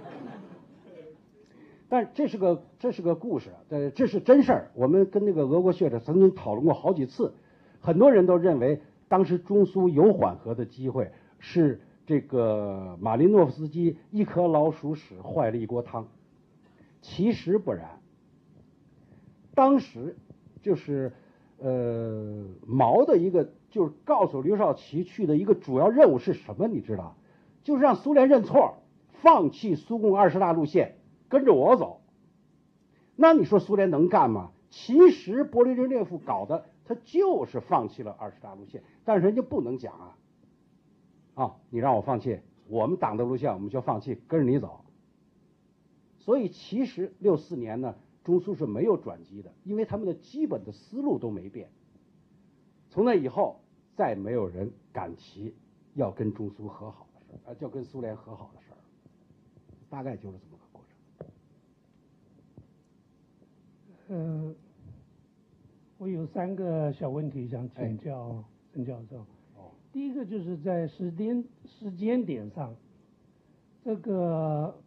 但这是个故事，这是真事儿。我们跟那个俄国学者曾经讨论过好几次，很多人都认为当时中苏有缓和的机会，是这个马林诺夫斯基一颗老鼠屎坏了一锅汤。其实不然。当时就是毛的一个就是告诉刘少奇去的一个主要任务是什么？你知道，就是让苏联认错，放弃苏共20大路线，跟着我走。那你说苏联能干吗？其实勃列日涅夫搞的，他就是放弃了20大路线，但是人家不能讲啊，你让我放弃我们党的路线，我们就放弃，跟着你走。所以其实64年呢。中苏是没有转机的，因为他们的基本的思路都没变。从那以后，再没有人敢提要跟中苏和好的事儿，要跟苏联和好的事儿，大概就是这么个过程。我有3个小问题想请教陈教授。第一个就是在时间点上，这个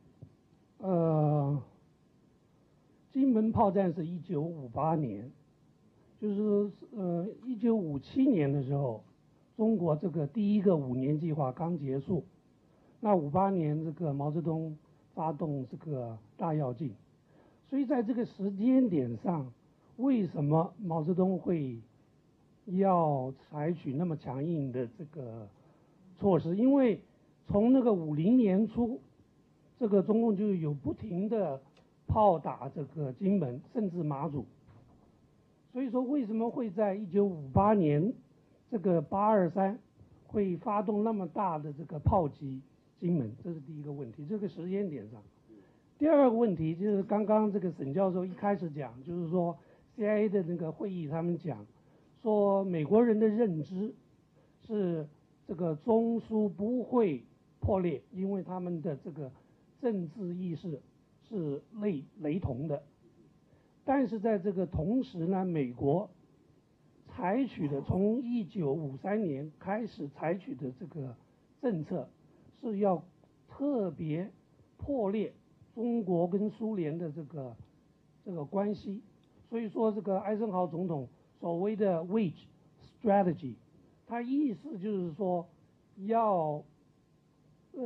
金门炮战是1958年，就是1957年的时候，中国这个第一个5年计划刚结束，那58年这个毛泽东发动这个大跃进，所以在这个时间点上，为什么毛泽东会要采取那么强硬的这个措施？因为从那个50年初，这个中共就有不停的炮打这个金门，甚至马祖。所以说，为什么会在1958年这个823会发动那么大的这个炮击金门？这是第一个问题，这个时间点上。第二个问题就是刚刚这个沈教授一开始讲，就是说 CIA 的那个会议，他们讲说美国人的认知是这个中苏不会破裂，因为他们的这个政治意识是雷同的。但是在这个同时呢，美国采取的从1953年开始采取的这个政策是要特别破裂中国跟苏联的这个关系。所以说这个艾森豪总统所谓的 wedge strategy， 他意思就是说要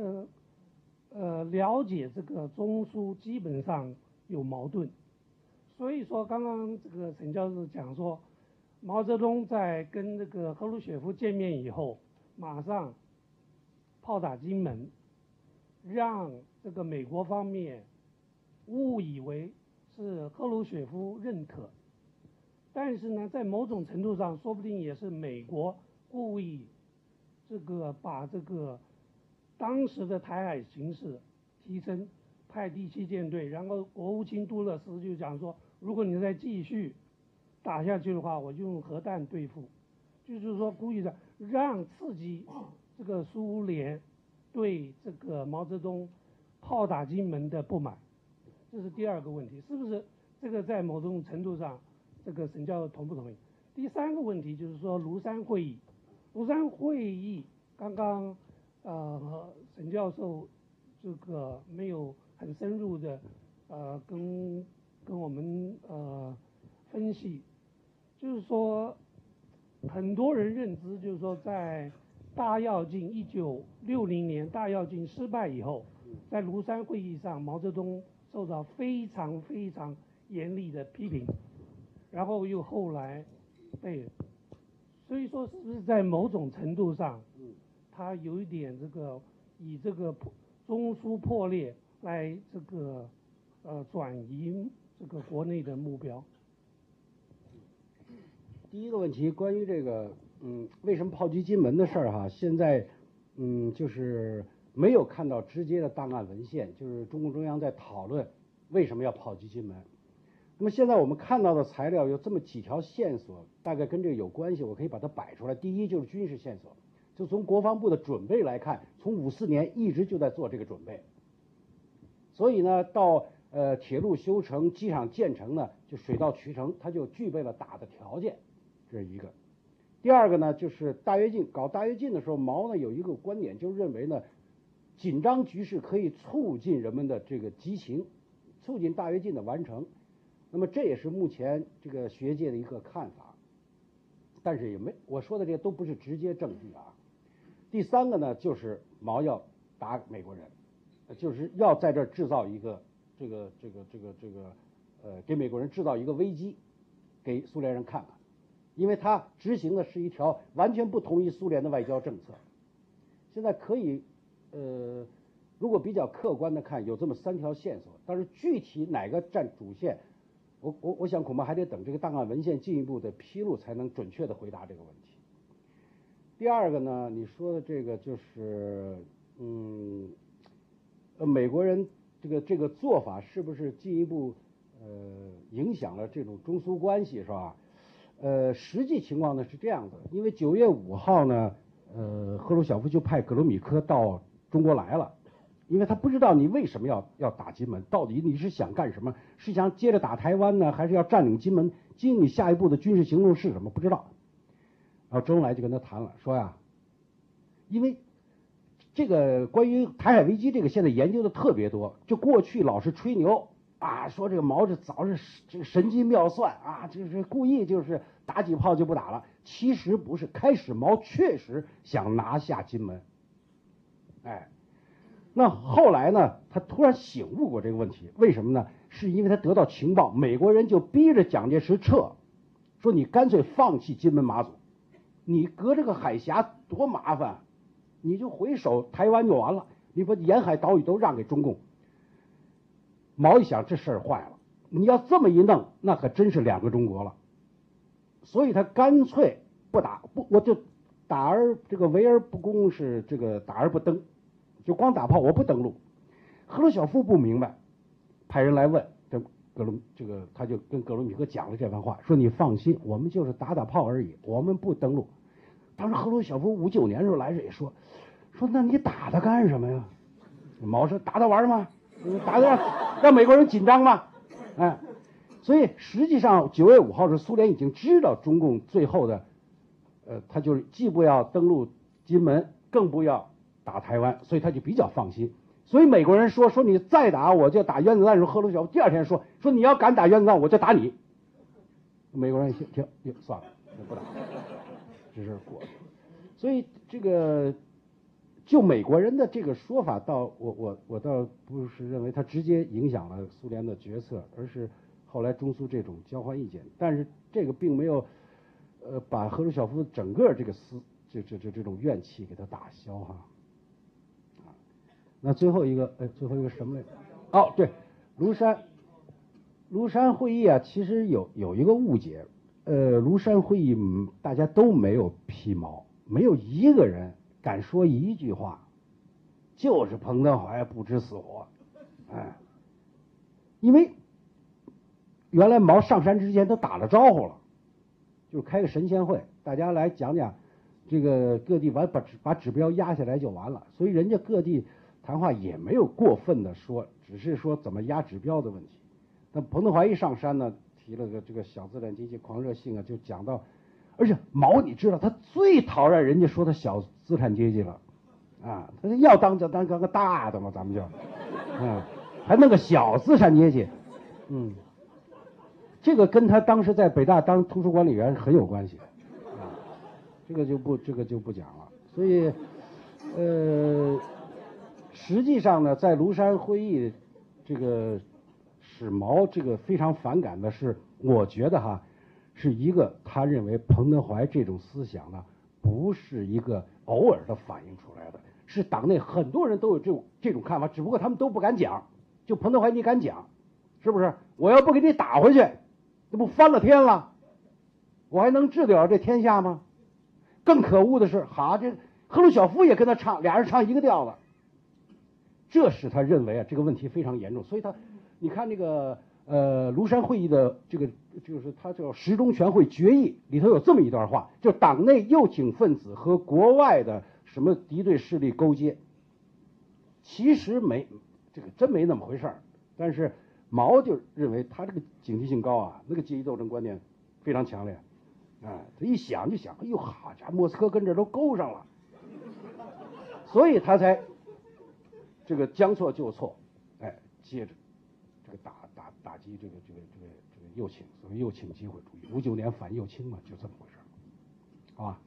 了解这个中苏基本上有矛盾， 所以说刚刚这个沈教授讲说，毛泽东在跟这个赫鲁雪夫见面以后，马上炮打金门，让这个美国方面误以为是赫鲁雪夫认可，但是呢，在某种程度上，说不定也是美国故意这个把这个当时的台海形势提升，派第7舰队，然后国务卿杜勒斯就讲说，如果你再继续打下去的话，我就用核弹对付，就是说故意的让刺激这个苏联对这个毛泽东炮打金门的不满，这是第二个问题，是不是这个在某种程度上，这个沈教授同不同意？第三个问题就是说庐山会议，庐山会议刚刚沈教授这个没有很深入的跟我们分析，就是说很多人认知就是说在大跃进1960年大跃进失败以后，在庐山会议上毛泽东受到非常非常严厉的批评，然后又后来被，所以说是不是在某种程度上，他有一点这个以这个中苏破裂来这个转移这个国内的目标。 第一个问题关于这个为什么炮击金门的事儿哈，现在就是没有看到直接的档案文献，就是中共中央在讨论为什么要炮击金门。那么现在我们看到的材料有这么几条线索，大概跟这个有关系，我可以把它摆出来。第一就是军事线索，就从国防部的准备来看，从54年一直就在做这个准备，所以呢，到铁路修成、机场建成呢，就水到渠成，它就具备了打的条件，这是一个。第二个呢，就是大跃进，搞大跃进的时候，毛呢有一个观点，就认为呢，紧张局势可以促进人们的这个激情，促进大跃进的完成。那么这也是目前这个学界的一个看法，但是也没我说的这些都不是直接证据啊。第三个呢，就是毛要打美国人，就是要在这儿制造一个给美国人制造一个危机，给苏联人看看，因为他执行的是一条完全不同于苏联的外交政策。现在可以如果比较客观的看，有这么3条线索，但是具体哪个占主线，我想恐怕还得等这个档案文献进一步的披露，才能准确的回答这个问题。第二个呢，你说的这个就是美国人这个做法是不是进一步影响了这种中苏关系，是吧？实际情况呢是这样的，因为9月5号呢，赫鲁晓夫就派格鲁米科到中国来了，因为他不知道你为什么要打金门，到底你是想干什么？是想接着打台湾呢，还是要占领金门？你下一步的军事行动是什么？不知道。然后周恩来就跟他谈了，说呀，因为这个关于台海危机这个现在研究的特别多，就过去老是吹牛啊，说这个毛早是这个神机妙算啊，就是故意就是打几炮就不打了。其实不是，开始毛确实想拿下金门，哎，那后来呢，他突然醒悟过这个问题，为什么呢？是因为他得到情报，美国人就逼着蒋介石撤，说你干脆放弃金门马祖，你隔这个海峡多麻烦，你就回守台湾就完了，你把沿海岛屿都让给中共。毛一想，这事儿坏了，你要这么一弄，那可真是2个中国了。所以他干脆不打，我就打而这个围而不攻，是这个打而不登，就光打炮，我不登陆。赫鲁晓夫不明白，派人来问他就跟格鲁米科讲了这番话，说你放心，我们就是打炮而已，我们不登陆。当时赫鲁晓夫59年的时候来这也说那你打他干什么呀？毛说打他玩吗？打他让美国人紧张吗？哎，所以实际上9月5号是苏联已经知道中共最后的他就是既不要登陆金门，更不要打台湾，所以他就比较放心。所以美国人说你再打我就打原子弹的时候，赫鲁晓夫第2天说你要敢打原子弹我就打你。美国人一听算了，不打，这事过去了。所以这个就美国人的这个说法，我倒不是认为他直接影响了苏联的决策，而是后来中苏这种交换意见，但是这个并没有把赫鲁晓夫整个这个这种怨气给他打消哈。那最后一个什么来着？哦，对，庐山会议啊，其实有一个误解，庐山会议大家都没有批毛，没有一个人敢说一句话，就是彭德怀不知死活，哎，因为原来毛上山之前都打了招呼了，就是开个神仙会，大家来讲讲这个各地把指标压下来就完了，所以人家各地谈话也没有过分的说，只是说怎么压指标的问题。但彭德怀一上山呢，提了个这个小资产阶级狂热性啊，就讲到，而且毛你知道他最讨厌人家说他小资产阶级了，啊，他要当就当个大的嘛，咱们就，还弄个小资产阶级，这个跟他当时在北大当图书管理员很有关系，啊，这个就不讲了。所以，实际上呢，在庐山会议这个使毛这个非常反感的是，我觉得哈，是一个他认为彭德怀这种思想呢，不是一个偶尔的反映出来的，是党内很多人都有这种看法，只不过他们都不敢讲。就彭德怀你敢讲，是不是？我要不给你打回去，这不翻了天了？我还能治得了这天下吗？更可恶的是，这赫鲁晓夫也跟他唱，俩人唱一个调子。这是他认为啊，这个问题非常严重，所以你看这个庐山会议的这个就是他叫十中全会决议里头有这么一段话，就党内右倾分子和国外的什么敌对势力勾结，其实这个真没那么回事儿，但是毛就认为他这个警惕性高啊，那个阶级斗争观念非常强烈，他一想就想，哎呦好家伙，莫斯科跟这都勾上了，所以他才这个将错就错，接着这个打击这个右倾，所谓右倾机会主义，59年反右倾嘛，就这么回事，好吧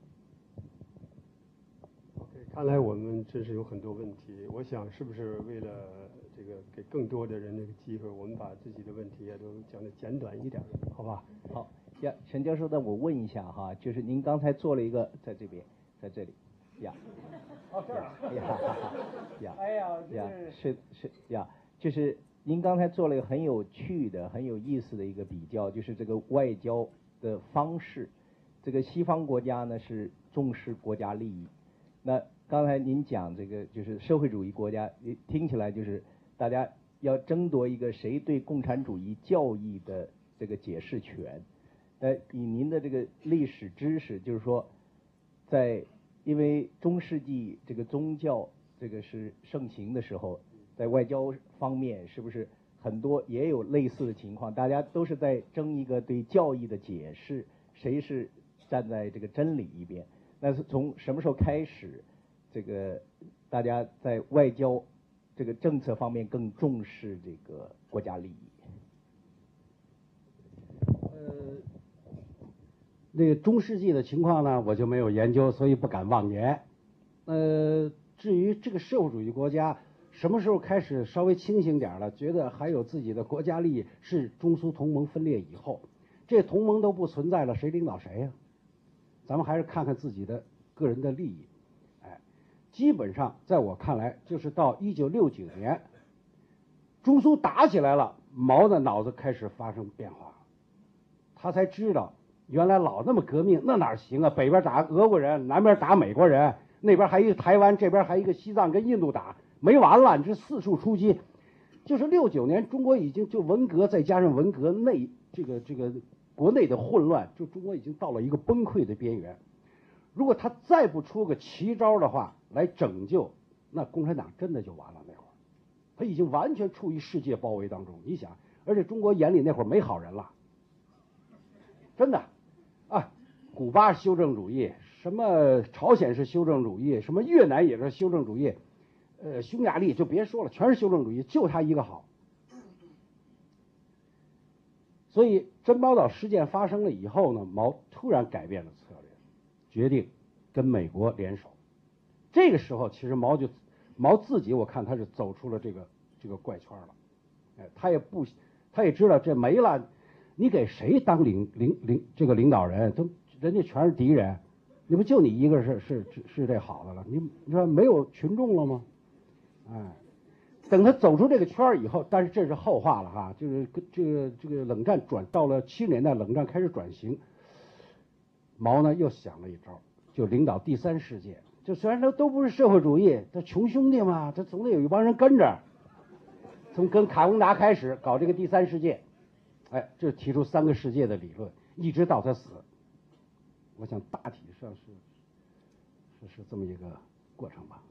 ？OK， 看来我们真是有很多问题。我想是不是为了这个给更多的人这个机会，我们把自己的问题也都讲得简短一点，好吧？ 好呀，陈教授，那我问一下哈，就是您刚才做了一个在这边，在这里呀。 这儿呀， 哎呀， 是呀，就是您刚才做了一个很有趣的、很有意思的一个比较，就是这个外交的方式，这个西方国家呢是重视国家利益，那刚才您讲这个就是社会主义国家，听起来就是大家要争夺一个谁对共产主义教义的这个解释权。以您的这个历史知识，就是说，因为中世纪这个宗教这个是盛行的时候，在外交方面是不是很多也有类似的情况？大家都是在争一个对教义的解释，谁是站在这个真理一边？那是从什么时候开始，这个大家在外交这个政策方面更重视这个国家利益？ 那个中世纪的情况呢，我就没有研究，所以不敢妄言。至于这个社会主义国家什么时候开始稍微清醒点了，觉得还有自己的国家利益，是中苏同盟分裂以后，这同盟都不存在了，谁领导谁呀？咱们还是看看自己的个人的利益。基本上在我看来，就是到1969年，中苏打起来了，毛的脑子开始发生变化，他才知道。原来老那么革命，那哪行啊？北边打俄国人，南边打美国人，那边还一个台湾，这边还一个西藏跟印度打，没完了！你这四处出击，就是69年，中国已经就文革再加上文革这个国内的混乱，就中国已经到了一个崩溃的边缘。如果他再不出个奇招的话来拯救，那共产党真的就完了。那会儿他已经完全处于世界包围当中。你想，而且中国眼里那会儿没好人了，真的。古巴修正主义，什么朝鲜是修正主义，什么越南也是修正主义，匈牙利就别说了，全是修正主义，就他一个好。所以珍宝岛事件发生了以后呢，毛突然改变了策略，决定跟美国联手。这个时候，其实毛自己我看他是走出了这个怪圈了， 他也知道这没了，你给谁当这个领导人？都人家全是敌人，你不就你一个是这好的了？你说没有群众了吗？哎，等他走出这个圈儿以后，但是这是后话了哈，就是这个冷战到了70年代，冷战开始转型，毛呢又想了一招，就领导第三世界。就虽然都不是社会主义，这穷兄弟嘛，他总得有一帮人跟着。从跟卡翁达开始搞这个第三世界，哎，这提出3个世界的理论，一直到他死。我想大体上是这么一个过程吧。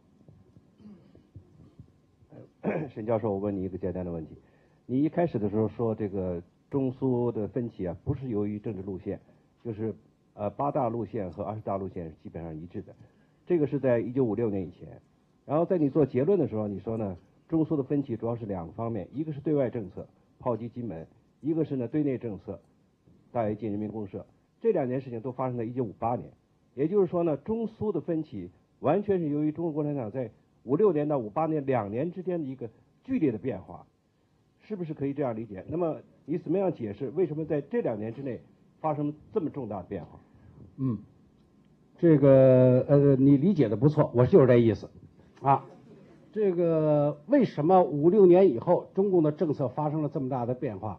沈教授，我问你一个简单的问题：你一开始的时候说这个中苏的分歧啊，不是由于政治路线，就是8大路线和20大路线是基本上一致的。这个是在1956年以前。然后在你做结论的时候，你说呢，中苏的分歧主要是2个方面，一个是对外政策，炮击金门；一个是呢对内政策，大跃进人民公社。这2件事情都发生在1958年。也就是说呢，中苏的分歧完全是由于中国共产党在56年到58年2年之间的一个剧烈的变化，是不是可以这样理解？那么你怎么样解释为什么在这2年之内发生这么重大的变化？ 这个你理解的不错，我就是这意思啊。这个为什么5、6年以后中共的政策发生了这么大的变化？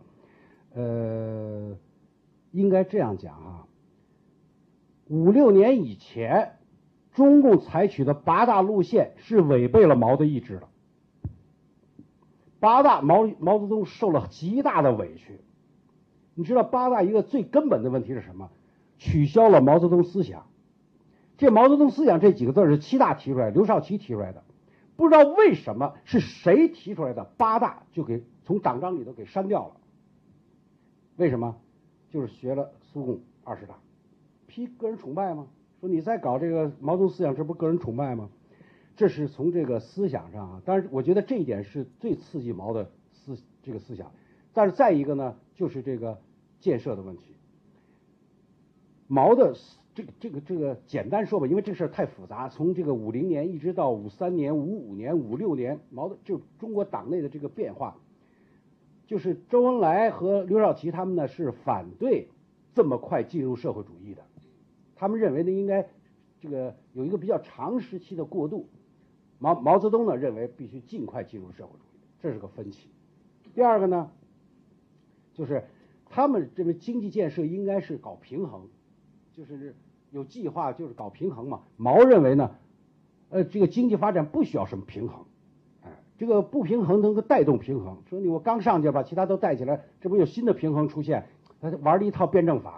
应该这样讲啊，5、6年以前，中共采取的8大路线是违背了毛的意志的。毛泽东受了极大的委屈。你知道8大一个最根本的问题是什么？取消了毛泽东思想。这毛泽东思想这几个字是7大提出来，刘少奇提出来的。不知道为什么是谁提出来的，8大就给从党章里头给删掉了。为什么？就是学了苏共20大，批个人崇拜吗？说你在搞这个毛泽东思想，这不是个人崇拜吗？这是从这个思想上啊，当然我觉得这一点是最刺激毛的这个思想。但是再一个呢，就是这个建设的问题。毛的这个简单说吧，因为这事儿太复杂，从这个50年一直到53年、55年、56年，毛的就中国党内的这个变化，就是周恩来和刘少奇他们呢是反对这么快进入社会主义的，他们认为呢应该这个有一个比较长时期的过渡。毛泽东呢认为必须尽快进入社会主义，这是个分歧。第二个呢，就是他们认为经济建设应该是搞平衡，就是有计划，就是搞平衡嘛。毛认为呢，这个经济发展不需要什么平衡，这个不平衡能够带动平衡。说我刚上去把其他都带起来，这不有新的平衡出现？他玩了一套辩证法，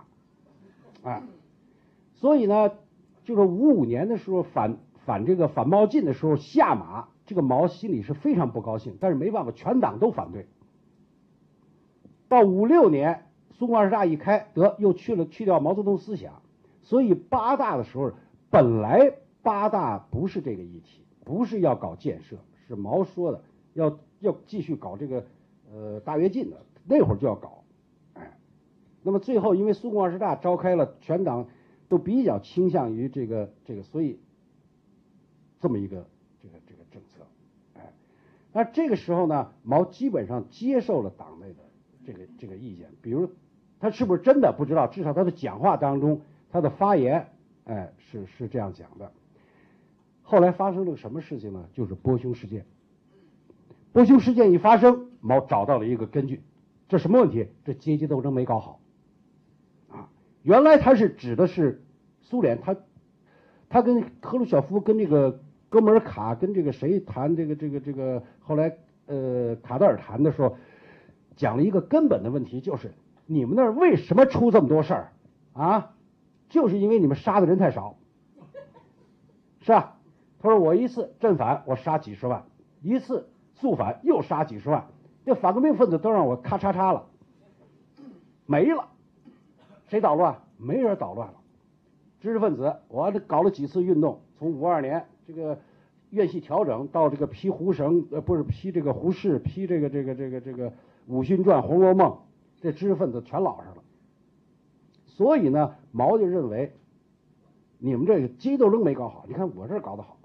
所以呢，就是55年的时候反冒进的时候下马，这个毛心里是非常不高兴，但是没办法，全党都反对。到5、6年，苏共20大一开，又去掉毛泽东思想，所以8大的时候，本来8大不是这个议题，不是要搞建设，是毛说的，要继续搞这个大跃进的，那会儿就要搞，那么最后因为苏共20大召开了，全党都比较倾向于这个，所以这么一个这个政策，那这个时候呢，毛基本上接受了党内的这个意见，比如他是不是真的不知道，至少他的讲话当中，他的发言，是这样讲的。后来发生了个什么事情呢？就是波匈事件。波匈事件一发生，毛找到了一个根据，这什么问题？这阶级斗争没搞好，原来他是指的是苏联，他跟赫鲁晓夫跟这个哥们尔卡跟这个谁谈这个，后来卡德尔谈的时候，讲了一个根本的问题，就是你们那儿为什么出这么多事儿啊？就是因为你们杀的人太少，是吧？他说我一次镇反我杀几十万，一次肃反又杀几十万，这反革命分子都让我咔嚓嚓了，没了。谁捣乱？没人捣乱了。知识分子，我搞了几次运动，从52年这个院系调整到这个批胡绳，不是批这个胡适，批这个武训传、红楼梦，这知识分子全老实了。所以呢，毛就认为你们这个阶级斗争没搞好，你看我这搞得好，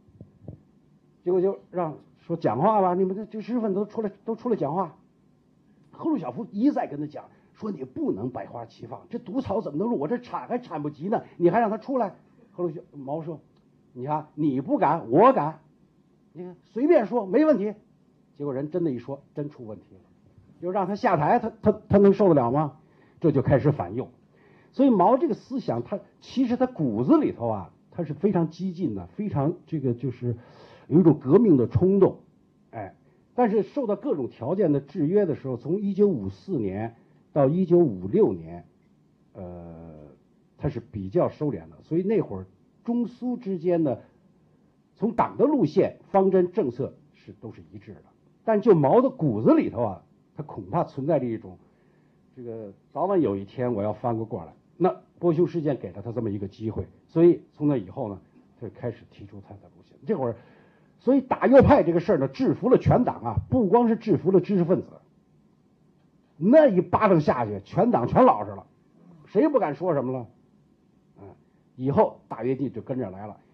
结果就让说讲话吧，你们这知识分子都出来讲话， 赫鲁晓夫一再跟他讲说你不能百花齐放，这毒草怎么能入？我这产还产不及呢，你还让他出来？毛说，你看你不敢，我敢，你看随便说没问题。结果人真的一说，真出问题了，就让他下台，他能受得了吗？这就开始反右。所以毛这个思想，他其实他骨子里头啊，他是非常激进的，非常这个就是有一种革命的冲动，哎，但是受到各种条件的制约的时候，从1954年到1956年，他是比较收敛的。所以那会儿中苏之间的从党的路线、方针、政策都是一致的，但就毛的骨子里头啊，他恐怕存在着一种这个早晚有一天我要翻过过来。那波匈事件给了他这么一个机会，所以从那以后呢，他就开始提出他的路线。这会儿，所以打右派这个事儿呢，制服了全党啊，不光是制服了知识分子，那一巴掌下去，全党全老实了，谁也不敢说什么了。以后大跃进就跟着来了，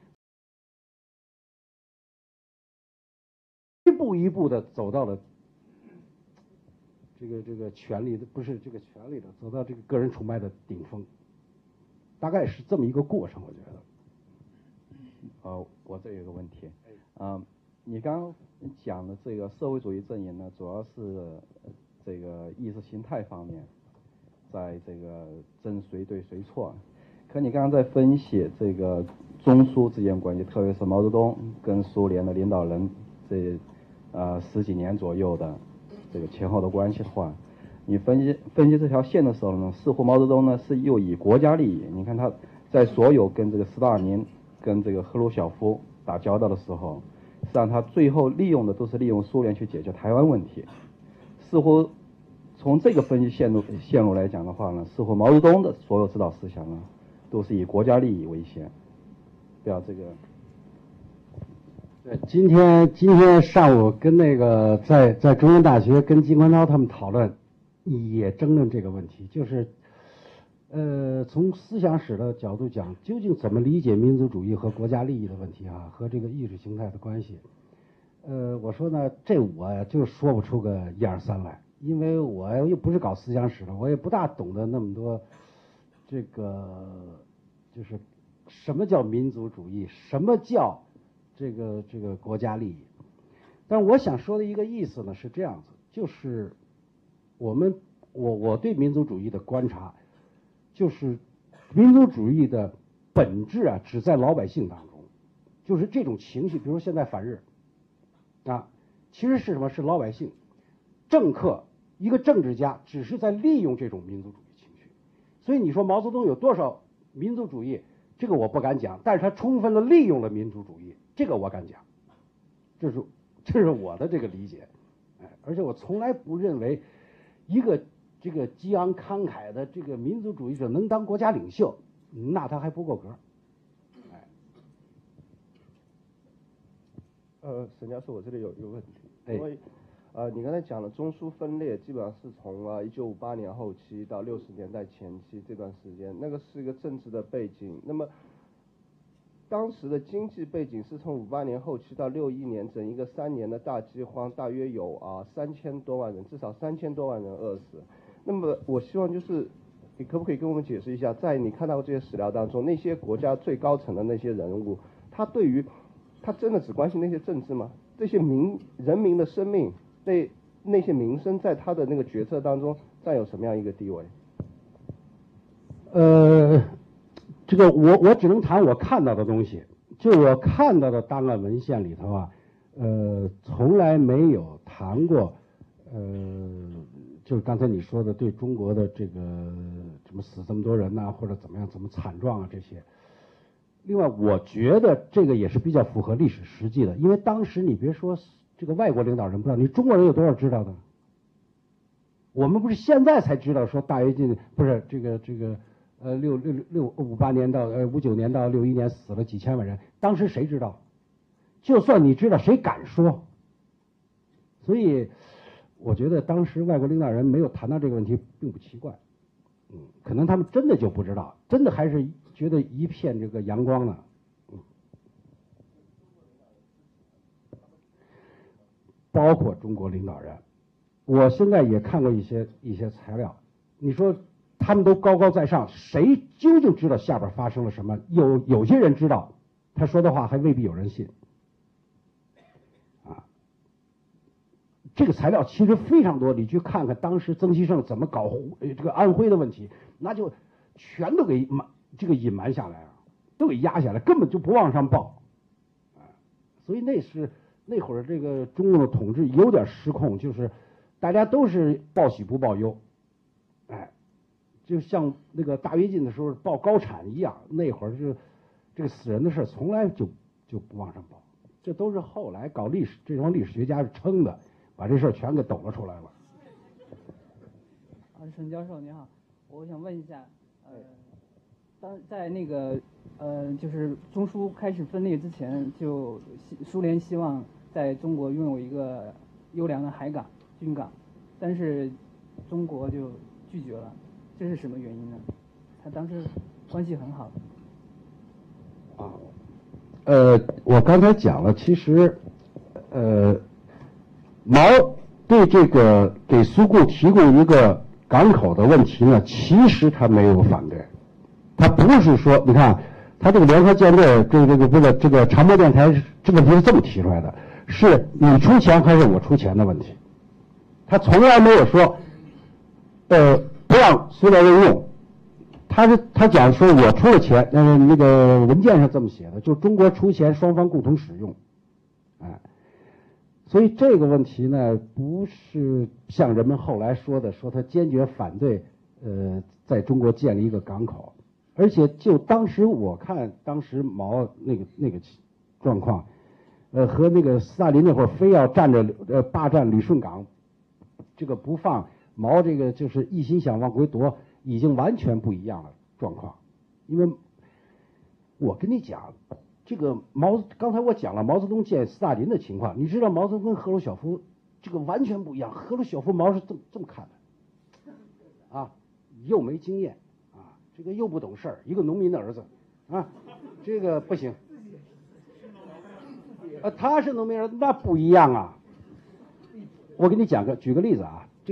一步一步的走到了这个权力的，不是这个权力的，走到这个个人崇拜的顶峰，大概是这么一个过程，我觉得。 我这有个问题，你刚刚讲的这个社会主义阵营呢，主要是这个意识形态方面，在这个争谁对谁错。可你刚刚在分析这个中苏之间关系，特别是毛泽东跟苏联的领导人这10几年左右的这个前后的关系的话，你分析这条线的时候呢，似乎毛泽东呢是又以国家利益，你看他在所有跟这个斯大林跟这个赫鲁晓夫打交道的时候，实际上他最后利用的都是利用苏联去解决台湾问题。似乎从这个分析线路来讲的话呢，似乎毛泽东的所有指导思想呢，都是以国家利益为先。不要这个。 对，今天上午跟那个在中央大学跟金观涛他们讨论，也争论这个问题，就是从思想史的角度讲，究竟怎么理解民族主义和国家利益的问题啊，和这个意识形态的关系。我说呢，这我就说不出个1、2、3来，因为我又不是搞思想史的，我也不大懂得那么多这个就是什么叫民族主义，什么叫这个国家利益。但是我想说的一个意思呢是这样子，就是我对民族主义的观察，就是民族主义的本质啊，只在老百姓当中，就是这种情绪，比如现在反日啊，其实是什么？是老百姓、政客、一个政治家，只是在利用这种民族主义情绪。所以你说毛泽东有多少民族主义，这个我不敢讲，但是他充分的利用了民族主义，这个我敢讲，这是我的这个理解。而且我从来不认为一个这个激昂慷慨的这个民族主义者能当国家领袖，那他还不够格。 沈教授，我这里有一个问题，因为你刚才讲了中苏分裂，基本上是从1958年后期到60年代前期这段时间，那个是一个政治的背景。那么当时的经济背景是从58年后期到61年，整一个3年的大饥荒，大约有3000多万人，至少3000多万人饿死。那么我希望就是你可不可以跟我们解释一下，在你看到这些史料当中，那些国家最高层的那些人物，他真的只关心那些政治吗？这些人民的生命，那些民生，在他的那个决策当中占有什么样一个地位？ 这个我只能谈我看到的东西，就我看到的档案文献里头啊，从来没有谈过，就是刚才你说的对中国的这个怎么死这么多人呐、或者怎么惨状啊这些。另外，我觉得这个也是比较符合历史实际的，因为当时你别说这个外国领导人不知道，你中国人有多少知道的？我们不是现在才知道说大跃进不是这个58年到59年到61年死了几千万人，当时谁知道？就算你知道，谁敢说？所以我觉得当时外国领导人没有谈到这个问题并不奇怪，可能他们真的就不知道，真的还是觉得一片这个阳光呢，包括中国领导人， 我现在也看过一些材料，你说他们都高高在上，谁究竟知道下边发生了什么？有些人知道，他说的话还未必有人信。这个材料其实非常多，你去看看当时曾希圣怎么搞这个安徽的问题，那就全都给隐瞒下来了，都给压下来，根本就不往上报。所以那会儿这个中共的统治有点失控，就是大家都是报喜不报忧，就像那个大跃进的时候报高产一样，那会儿是这个死人的事从来就不往上报，这都是后来搞历史这帮历史学家是撑的。把这事儿全给抖了出来了。 沈教授您好，我想问一下，当在那个就是中苏开始分裂之前，就苏联希望在中国拥有一个优良的海港、军港，但是中国就拒绝了，这是什么原因呢？他当时关系很好。 我刚才讲了，其实毛对这个给苏共提供一个港口的问题呢，其实他没有反对，他不是说，你看他这个联合舰队，这个长波电台这个问题是这么提出来的，是你出钱还是我出钱的问题，他从来没有说，不让苏联人用，他讲说我出了钱，那个文件上这么写的，就中国出钱，双方共同使用，所以这个问题呢，不是像人们后来说的，说他坚决反对，在中国建立一个港口，而且就当时我看，当时毛那个状况，和那个斯大林那会儿非要霸占旅顺港，这个不放，毛这个就是一心想往回夺，已经完全不一样了状况，因为我跟你讲。这个刚才我讲了毛泽东见斯大林的情况，你知道毛泽东跟赫鲁晓夫这个完全不一样。赫鲁晓夫毛是这么看的，又没经验，这个又不懂事儿，一个农民的儿子，这个不行。他是农民儿子，那不一样啊。我给你举个例子啊，这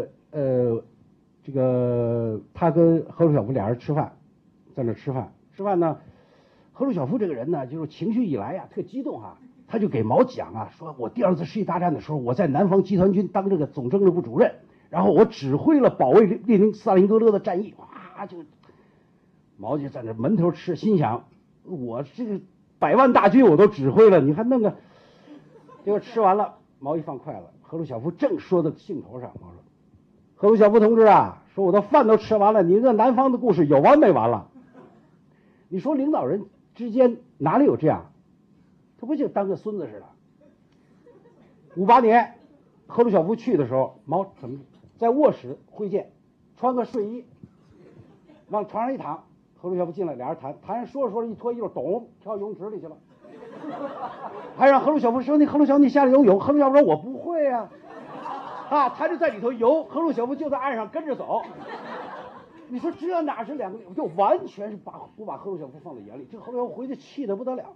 个他跟赫鲁晓夫俩人吃饭，在那吃饭呢。赫鲁晓夫这个人呢，就是情绪一来呀，特激动他就给毛讲说我第二次世界大战的时候，我在南方集团军当这个总政治部主任，然后我指挥了保卫斯大林格勒的战役，毛就在那门头吃，心想我这个100万大军我都指挥了，你还弄个，结果吃完了，毛一放筷子，赫鲁晓夫正说到兴头上，毛说：“赫鲁晓夫同志说我的饭都吃完了，你这南方的故事有完没完了？你说领导人之间哪里有这样？他不就当个孙子似的？”58年，赫鲁晓夫去的时候，毛怎么在卧室会见，穿个睡衣，往床上一躺，赫鲁晓夫进来，俩人谈说着一脱衣服，咚跳游泳池里去了。还让赫鲁晓夫说：“赫鲁晓夫你下来游泳。”赫鲁晓夫说：“我不会他就在里头游，赫鲁晓夫就在岸上跟着走。你说这哪是两个，就完全是不把赫鲁晓夫放在眼里。这赫鲁晓夫回去气得不得了，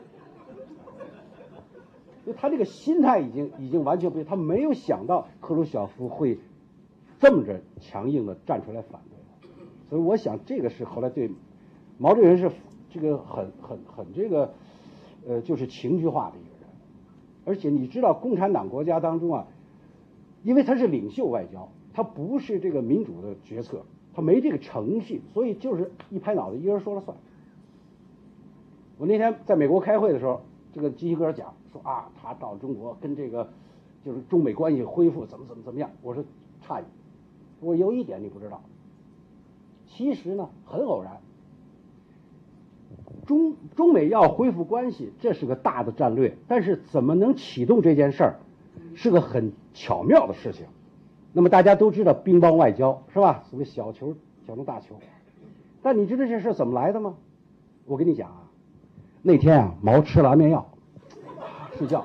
就他这个心态已经完全不一样，他没有想到赫鲁晓夫会这么着强硬的站出来反对，所以我想这个是后来对毛这个人是这个很这个就是情绪化的一个人，而且你知道共产党国家当中因为他是领袖外交，他不是这个民主的决策。他没这个程序，所以就是一拍脑袋，一人说了算。我那天在美国开会的时候，这个基辛格讲说他到中国跟这个就是中美关系恢复怎么样？我说诧异，我有一点你不知道，其实呢很偶然，中美要恢复关系，这是个大的战略，但是怎么能启动这件事儿，是个很巧妙的事情。那么大家都知道乒乓外交是吧？所谓小球挑动大球，但你知道这事怎么来的吗？我跟你讲那天毛吃了安眠药，睡觉。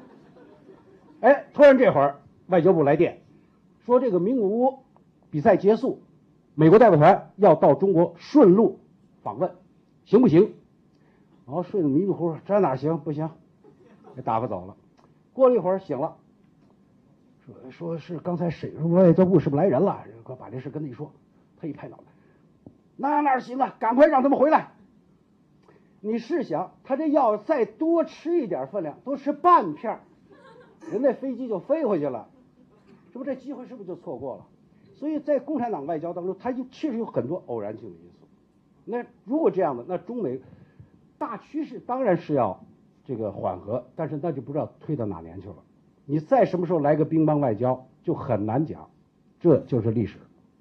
突然这会儿外交部来电，说这个名古屋比赛结束，美国代表团要到中国顺路访问，行不行？毛睡得迷迷糊糊，这哪行？不行，给打发走了。过了一会儿醒了。 说是刚才外交部是不是来人了？把这事跟他一说，他一拍脑袋，哪行啊，赶快让他们回来。你试想，他这药再多吃一点分量，多吃半片，人那飞机就飞回去了，这不这机会是不是就错过了？所以在共产党外交当中，它就确实有很多偶然性的因素。那如果这样的，那中美大趋势当然是要这个缓和，但是那就不知道推到哪年去了。你再什么时候来个乒乓外交，就很难讲，这就是历史。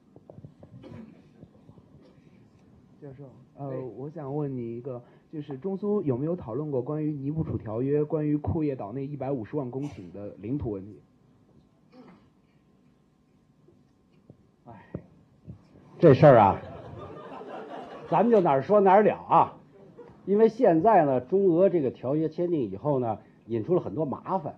教授，我想问你一个，就是中苏有没有讨论过关于尼布楚条约、关于库页岛内150万公顷的领土问题？ 这事儿啊，咱们就哪儿说哪儿了啊。因为现在呢，中俄这个条约签订以后呢，引出了很多麻烦。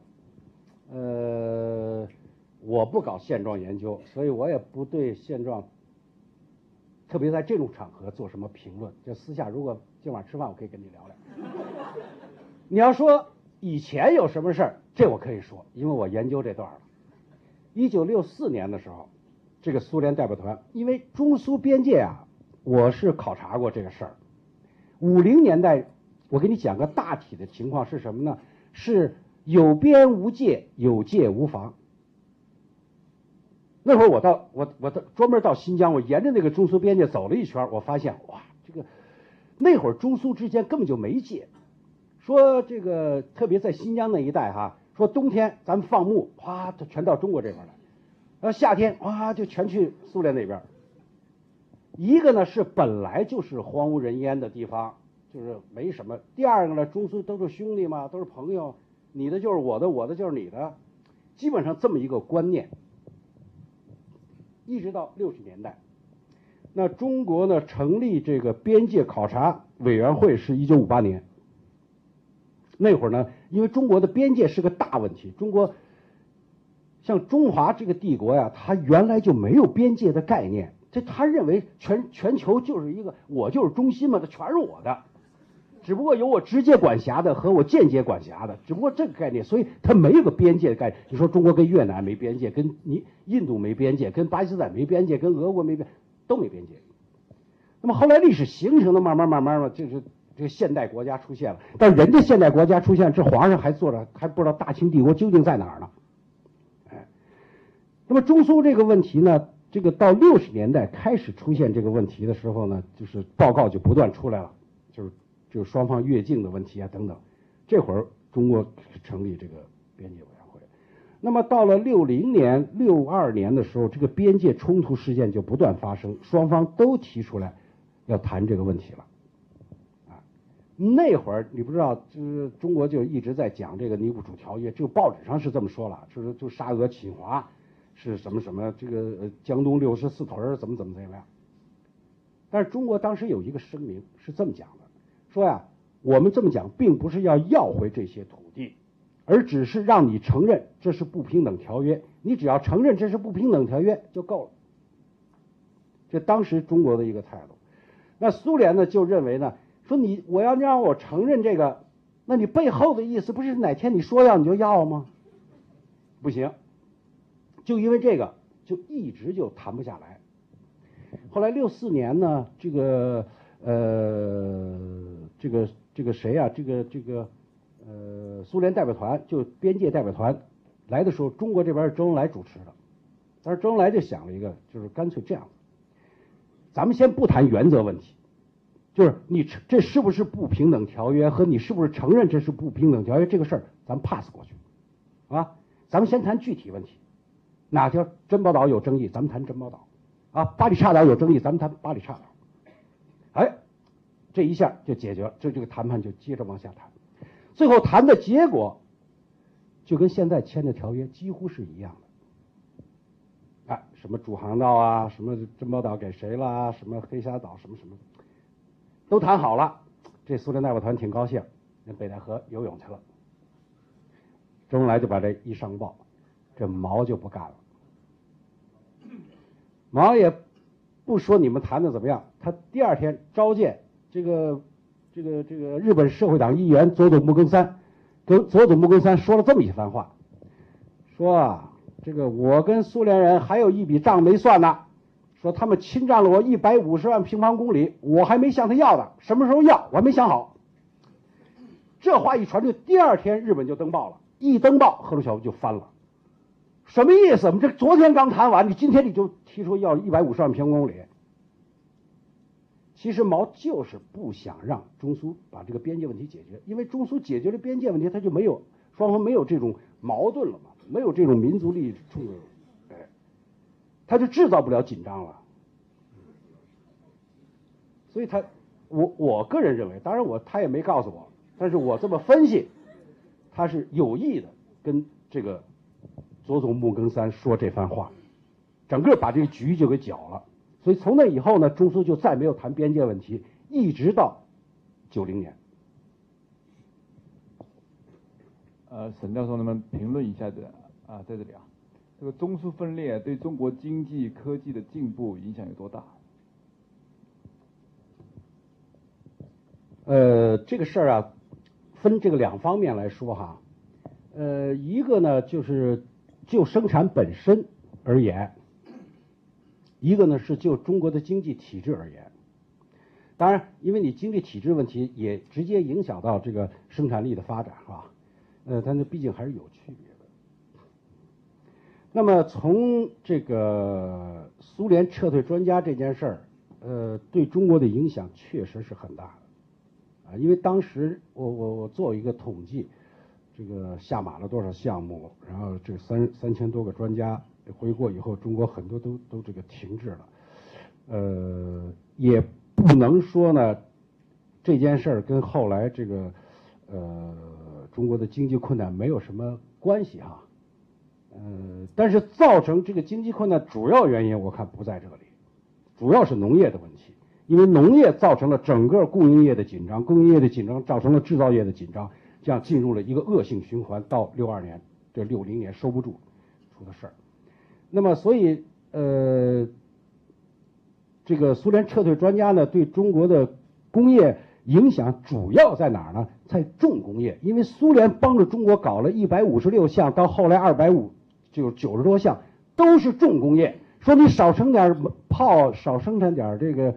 我不搞现状研究，所以我也不对现状，特别在这种场合做什么评论。就私下，如果今晚吃饭，我可以跟你聊聊。你要说以前有什么事儿，这我可以说，因为我研究这段了。1964年的时候，这个苏联代表团，因为中苏边界啊，我是考察过这个事儿。50年代，我给你讲个大体的情况是什么呢？是有边无界，有界无防。那会儿我专门到新疆，我沿着那个中苏边界走了一圈，我发现哇，这个那会儿中苏之间根本就没界。说这个特别在新疆那一带哈，说冬天咱们放牧，哗，就全到中国这边来。然后夏天哇，就全去苏联那边。一个呢是本来就是荒无人烟的地方，就是没什么。第二个呢，中苏都是兄弟嘛，都是朋友，你的就是我的，我的就是你的，基本上这么一个观念。一直到60年代，那中国呢成立这个边界考察委员会是1958年。那会儿呢，因为中国的边界是个大问题，中国像中华这个帝国呀，它原来就没有边界的概念，他认为全球就是一个我就是中心嘛，这全是我的，只不过有我直接管辖的和我间接管辖的，只不过这个概念，所以它没有个边界的概念。你说中国跟越南没边界，跟印度没边界，跟巴基斯坦没边界，跟俄国没边，都没边界。那么后来历史形成的，慢慢的，就是这个现代国家出现了，但人家现代国家出现，这皇上还坐着，还不知道大清帝国究竟在哪儿呢。哎，那么中苏这个问题呢，这个到60年代开始出现这个问题的时候呢，就是报告就不断出来了，就是双方越境的问题啊等等。这会儿中国成立这个边界委员会。那么到了60年、62年的时候，这个边界冲突事件就不断发生，双方都提出来要谈这个问题了。那会儿你不知道，就是中国就一直在讲这个尼布楚条约，这个报纸上是这么说了，就沙俄侵华是什么什么，这个江东64屯怎么样。但是中国当时有一个声明是这么讲的，说呀，我们这么讲并不是要回这些土地，而只是让你承认这是不平等条约，你只要承认这是不平等条约就够了。这当时中国的一个态度。那苏联呢就认为呢，说我要让我承认这个，那你背后的意思不是哪天你说要你就要吗？不行，就因为这个就一直就谈不下来。后来64年呢，这个谁啊，苏联代表团就边界代表团来的时候，中国这边是周恩来主持的，但是周恩来就想了一个，就是干脆这样，咱们先不谈原则问题。就是你这是不是不平等条约和你是不是承认这是不平等条约这个事儿，咱们 pass 过去，啊，咱们先谈具体问题。哪条珍宝岛有争议，咱们谈珍宝岛；啊，巴里恰岛有争议，咱们谈巴里恰岛。哎，这一下就解决了，这个谈判就接着往下谈。最后谈的结果就跟现在签的条约几乎是一样的。啊，什么主航道啊，什么珍宝岛给谁啦，什么黑沙岛什么什么。都谈好了，这苏联代表团挺高兴，人北戴河游泳去了。周恩来就把这一上报，这毛就不干了。毛也不说你们谈的怎么样，他第二天召见这个日本社会党议员佐佐木耕三，跟佐佐木耕三说了这么一番话，说啊， 这个我跟苏联人还有一笔账没算呢，说他们侵占了我150万平方公里，我还没向他要呢，什么时候要我还没想好。这话一传出，第二天日本就登报了，一登报赫鲁晓夫就翻了，什么意思？我们这昨天刚谈完，你今天你就提出要150万平方公里。其实毛就是不想让中苏把这个边界问题解决，因为中苏解决了边界问题，他就没有双方没有这种矛盾了嘛，没有这种民族利益冲突，哎，他就制造不了紧张了。所以我个人认为，当然他也没告诉我，但是我这么分析，他是有意的跟这个佐佐木耕三说这番话，整个把这个局就给搅了。所以从那以后呢，中苏就再没有谈边界问题，一直到90年。 沈教授能不能评论一下在这里这个中苏分裂对中国经济科技的进步影响有多大？ 这个事儿分这个两方面来说一个呢就是就生产本身而言。一个呢是就中国的经济体制而言，当然，因为你经济体制问题也直接影响到这个生产力的发展，是吧？但是毕竟还是有区别的。那么从这个苏联撤退专家这件事儿，对中国的影响确实是很大的，因为当时我做一个统计，这个下马了多少项目，然后这3000多个专家。回国以后，中国很多都这个停滞了，也不能说呢，这件事儿跟后来这个中国的经济困难没有什么关系但是造成这个经济困难主要原因我看不在这里，主要是农业的问题，因为农业造成了整个供应业的紧张，供应业的紧张造成了制造业的紧张，这样进入了一个恶性循环，到62年这60年收不住出的事儿。那么，所以这个苏联撤退专家呢，对中国的工业影响主要在哪儿呢？在重工业，因为苏联帮着中国搞了156项，到后来250，就90多项，都是重工业。说你少生点炮，少生产点这个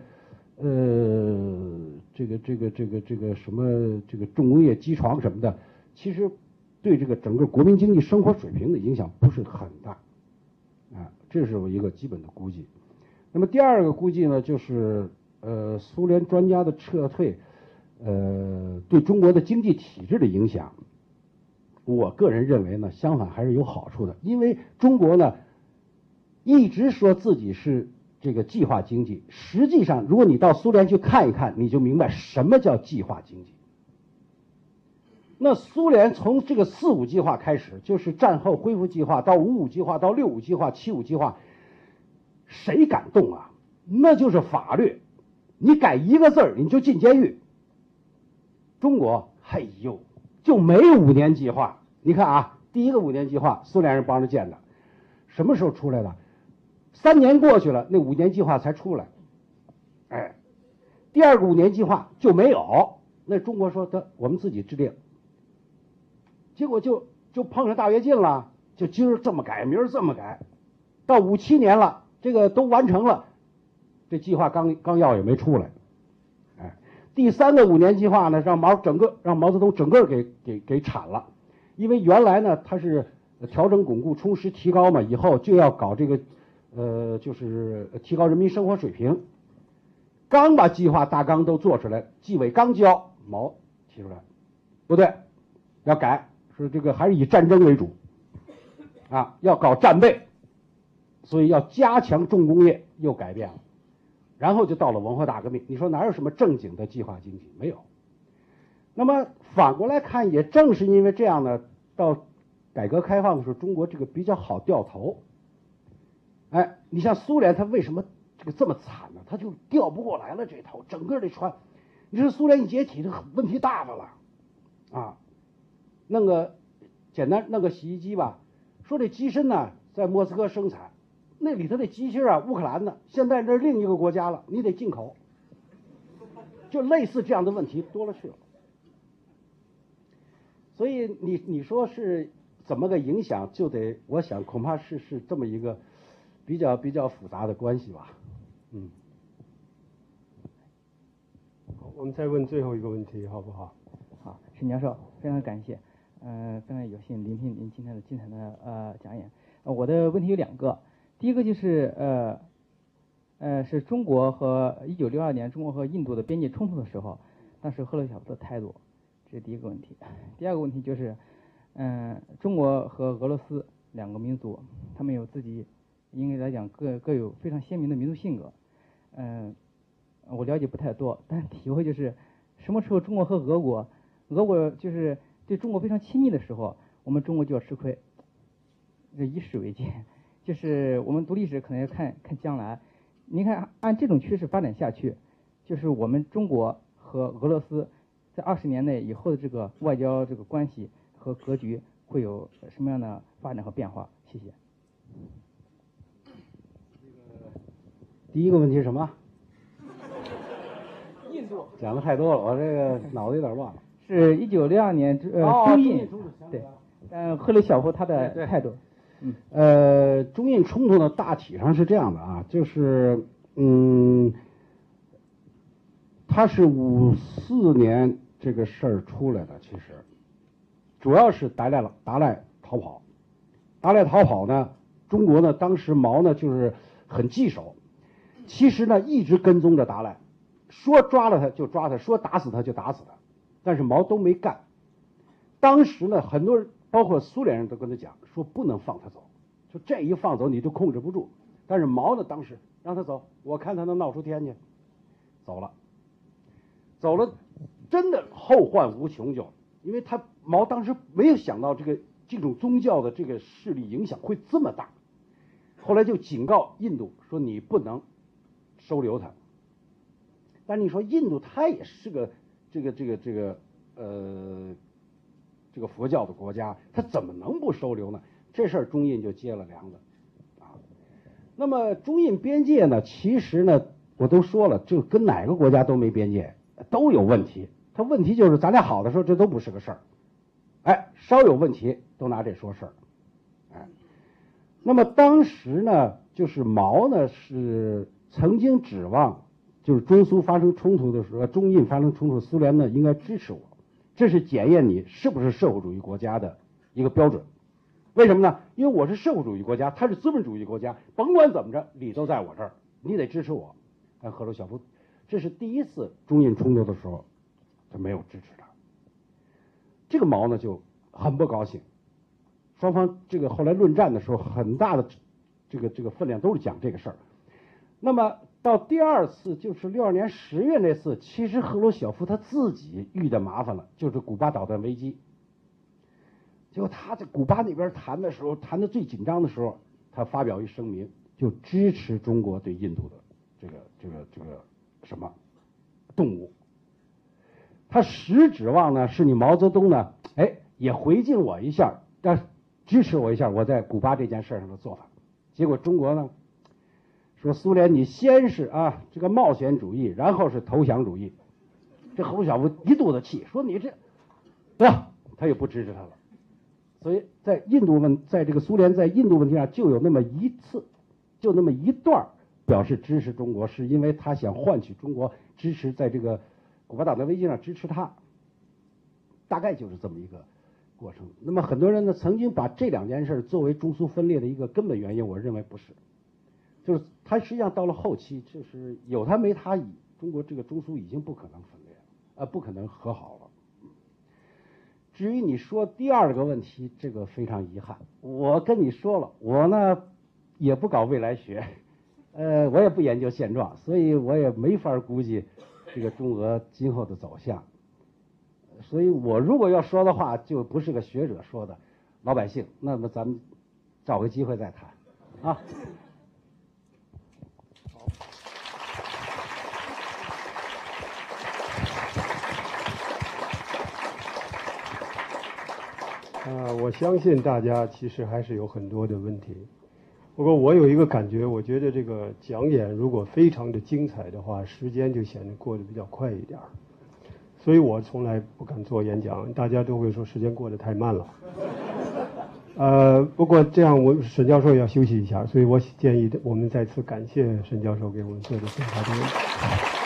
什么这个重工业机床什么的，其实对这个整个国民经济生活水平的影响不是很大。这是我一个基本的估计。那么第二个估计呢，就是苏联专家的撤退，对中国的经济体制的影响，我个人认为呢，相反还是有好处的。因为中国呢一直说自己是这个计划经济，实际上如果你到苏联去看一看，你就明白什么叫计划经济。那苏联从这个4·5计划开始，就是战后恢复计划，到5·5计划，到6·5计划、7·5计划，谁敢动啊？那就是法律，你改一个字儿你就进监狱。中国，嘿呦，就没5年计划。你看第一个5年计划，苏联人帮着建的，什么时候出来的？3年过去了，那5年计划才出来。第二个5年计划就没有，那中国说得我们自己制定。结果就碰上大跃进了，就今儿这么改，明儿这么改，到57年了，这个都完成了，这计划纲要也没出来。第3个5年计划呢，让毛泽东整个给铲了，因为原来呢他是调整巩固充实提高嘛，以后就要搞这个就是提高人民生活水平，刚把计划大纲都做出来，纪委刚交，毛提出来不对，要改。说这个还是以战争为主，要搞战备，所以要加强重工业，又改变了，然后就到了文化大革命。你说哪有什么正经的计划经济？没有。那么反过来看，也正是因为这样呢，到改革开放的时候，中国这个比较好掉头。你像苏联，它为什么这个这么惨呢？它就调不过来了这头，整个这船，你说苏联一解体，这问题大的了简单弄个洗衣机吧，说这机身呢在莫斯科生产，那里头的机芯乌克兰的，现在这是另一个国家了，你得进口，就类似这样的问题多了去了。所以你说是怎么个影响，就得我想恐怕是这么一个比较复杂的关系吧。 好，我们再问最后一个问题，好不好？ 好，沈教授，非常感谢，非常有幸聆听您今天的精彩的讲演。我的问题有2个，第一个就是是中国和1962年中国和印度的边界冲突的时候，当时赫鲁晓夫的态度，这是第一个问题。第2个问题就是，中国和俄罗斯2个民族，他们有自己应该来讲各有非常鲜明的民族性格。我了解不太多，但体会就是什么时候中国和俄国就是对中国非常亲密的时候，我们中国就要吃亏。这以史为鉴，就是我们读历史可能要看将来。您看，按这种趋势发展下去，就是我们中国和俄罗斯在20年内以后的这个外交这个关系和格局会有什么样的发展和变化？谢谢。 第一个问题是什么？ 印度讲的太多了，我这个脑子有点乱了。 是1962年中印对，赫鲁晓夫他的态度。 中印冲突呢，大体上是这样的啊，就是他是54年这个事儿出来的，其实主要是达赖逃跑。达赖逃跑呢，中国呢当时毛呢就是很棘手，其实呢一直跟踪着达赖，说抓了他就抓他，说打死他就打死他，但是毛都没干。当时呢，很多人包括苏联人都跟他讲说不能放他走，说这一放走你就控制不住。但是毛呢，当时让他走，我看他能闹出天去。走了，真的后患无穷就，因为毛当时没有想到这种宗教的这个势力影响会这么大，后来就警告印度说你不能收留他。但你说印度它也是个这个佛教的国家，它怎么能不收留呢？这事儿中印就结了梁子啊。那么中印边界呢，其实呢我都说了，就跟哪个国家都没边界，都有问题。它问题就是咱俩好的时候这都不是个事儿，哎，稍有问题都拿这说事儿，哎。那么当时呢，就是毛呢是曾经指望，就是中苏发生冲突的时候，中印发生冲突，苏联呢应该支持我，这是检验你是不是社会主义国家的一个标准。为什么呢？因为我是社会主义国家，他是资本主义国家，甭管怎么着，理都在我这儿，你得支持我。但赫鲁晓夫，这是第一次中印冲突的时候，他没有支持他。这个毛呢就很不高兴，双方这个后来论战的时候，很大的这个分量都是讲这个事儿。那么到第2次，就是62年10月那次，其实赫鲁晓夫他自己遇到麻烦了，就是古巴导弹危机。结果他在古巴那边谈的时候，谈的最紧张的时候，他发表一声明，就支持中国对印度的这个什么动武。他实指望呢是你毛泽东呢，哎，也回敬我一下，但支持我一下我在古巴这件事上的做法。结果中国呢说苏联你先是这个冒险主义，然后是投降主义。这赫鲁晓夫一肚子气，说你这，对吧？他也不支持他了。所以在这个苏联在印度问题上就有那么一次，就那么一段表示支持中国，是因为他想换取中国支持，在这个古巴导弹危机上支持他，大概就是这么一个过程。那么很多人呢曾经把这2件事作为中苏分裂的一个根本原因，我认为不是，就是他实际上到了后期，就是有他没他，中国这个中苏已经不可能分裂，不可能和好了。至于你说第2个问题，这个非常遗憾，我跟你说了，我呢也不搞未来学，我也不研究现状，所以我也没法估计这个中俄今后的走向。所以我如果要说的话，就不是个学者说的，老百姓，那么咱们找个机会再谈啊。 我相信大家其实还是有很多的问题。不过我有一个感觉，我觉得这个讲演如果非常的精彩的话，时间就显得过得比较快一点。所以我从来不敢做演讲，大家都会说时间过得太慢了。 不过这样沈教授也要休息一下，所以我建议我们再次感谢沈教授给我们做的检查的问题。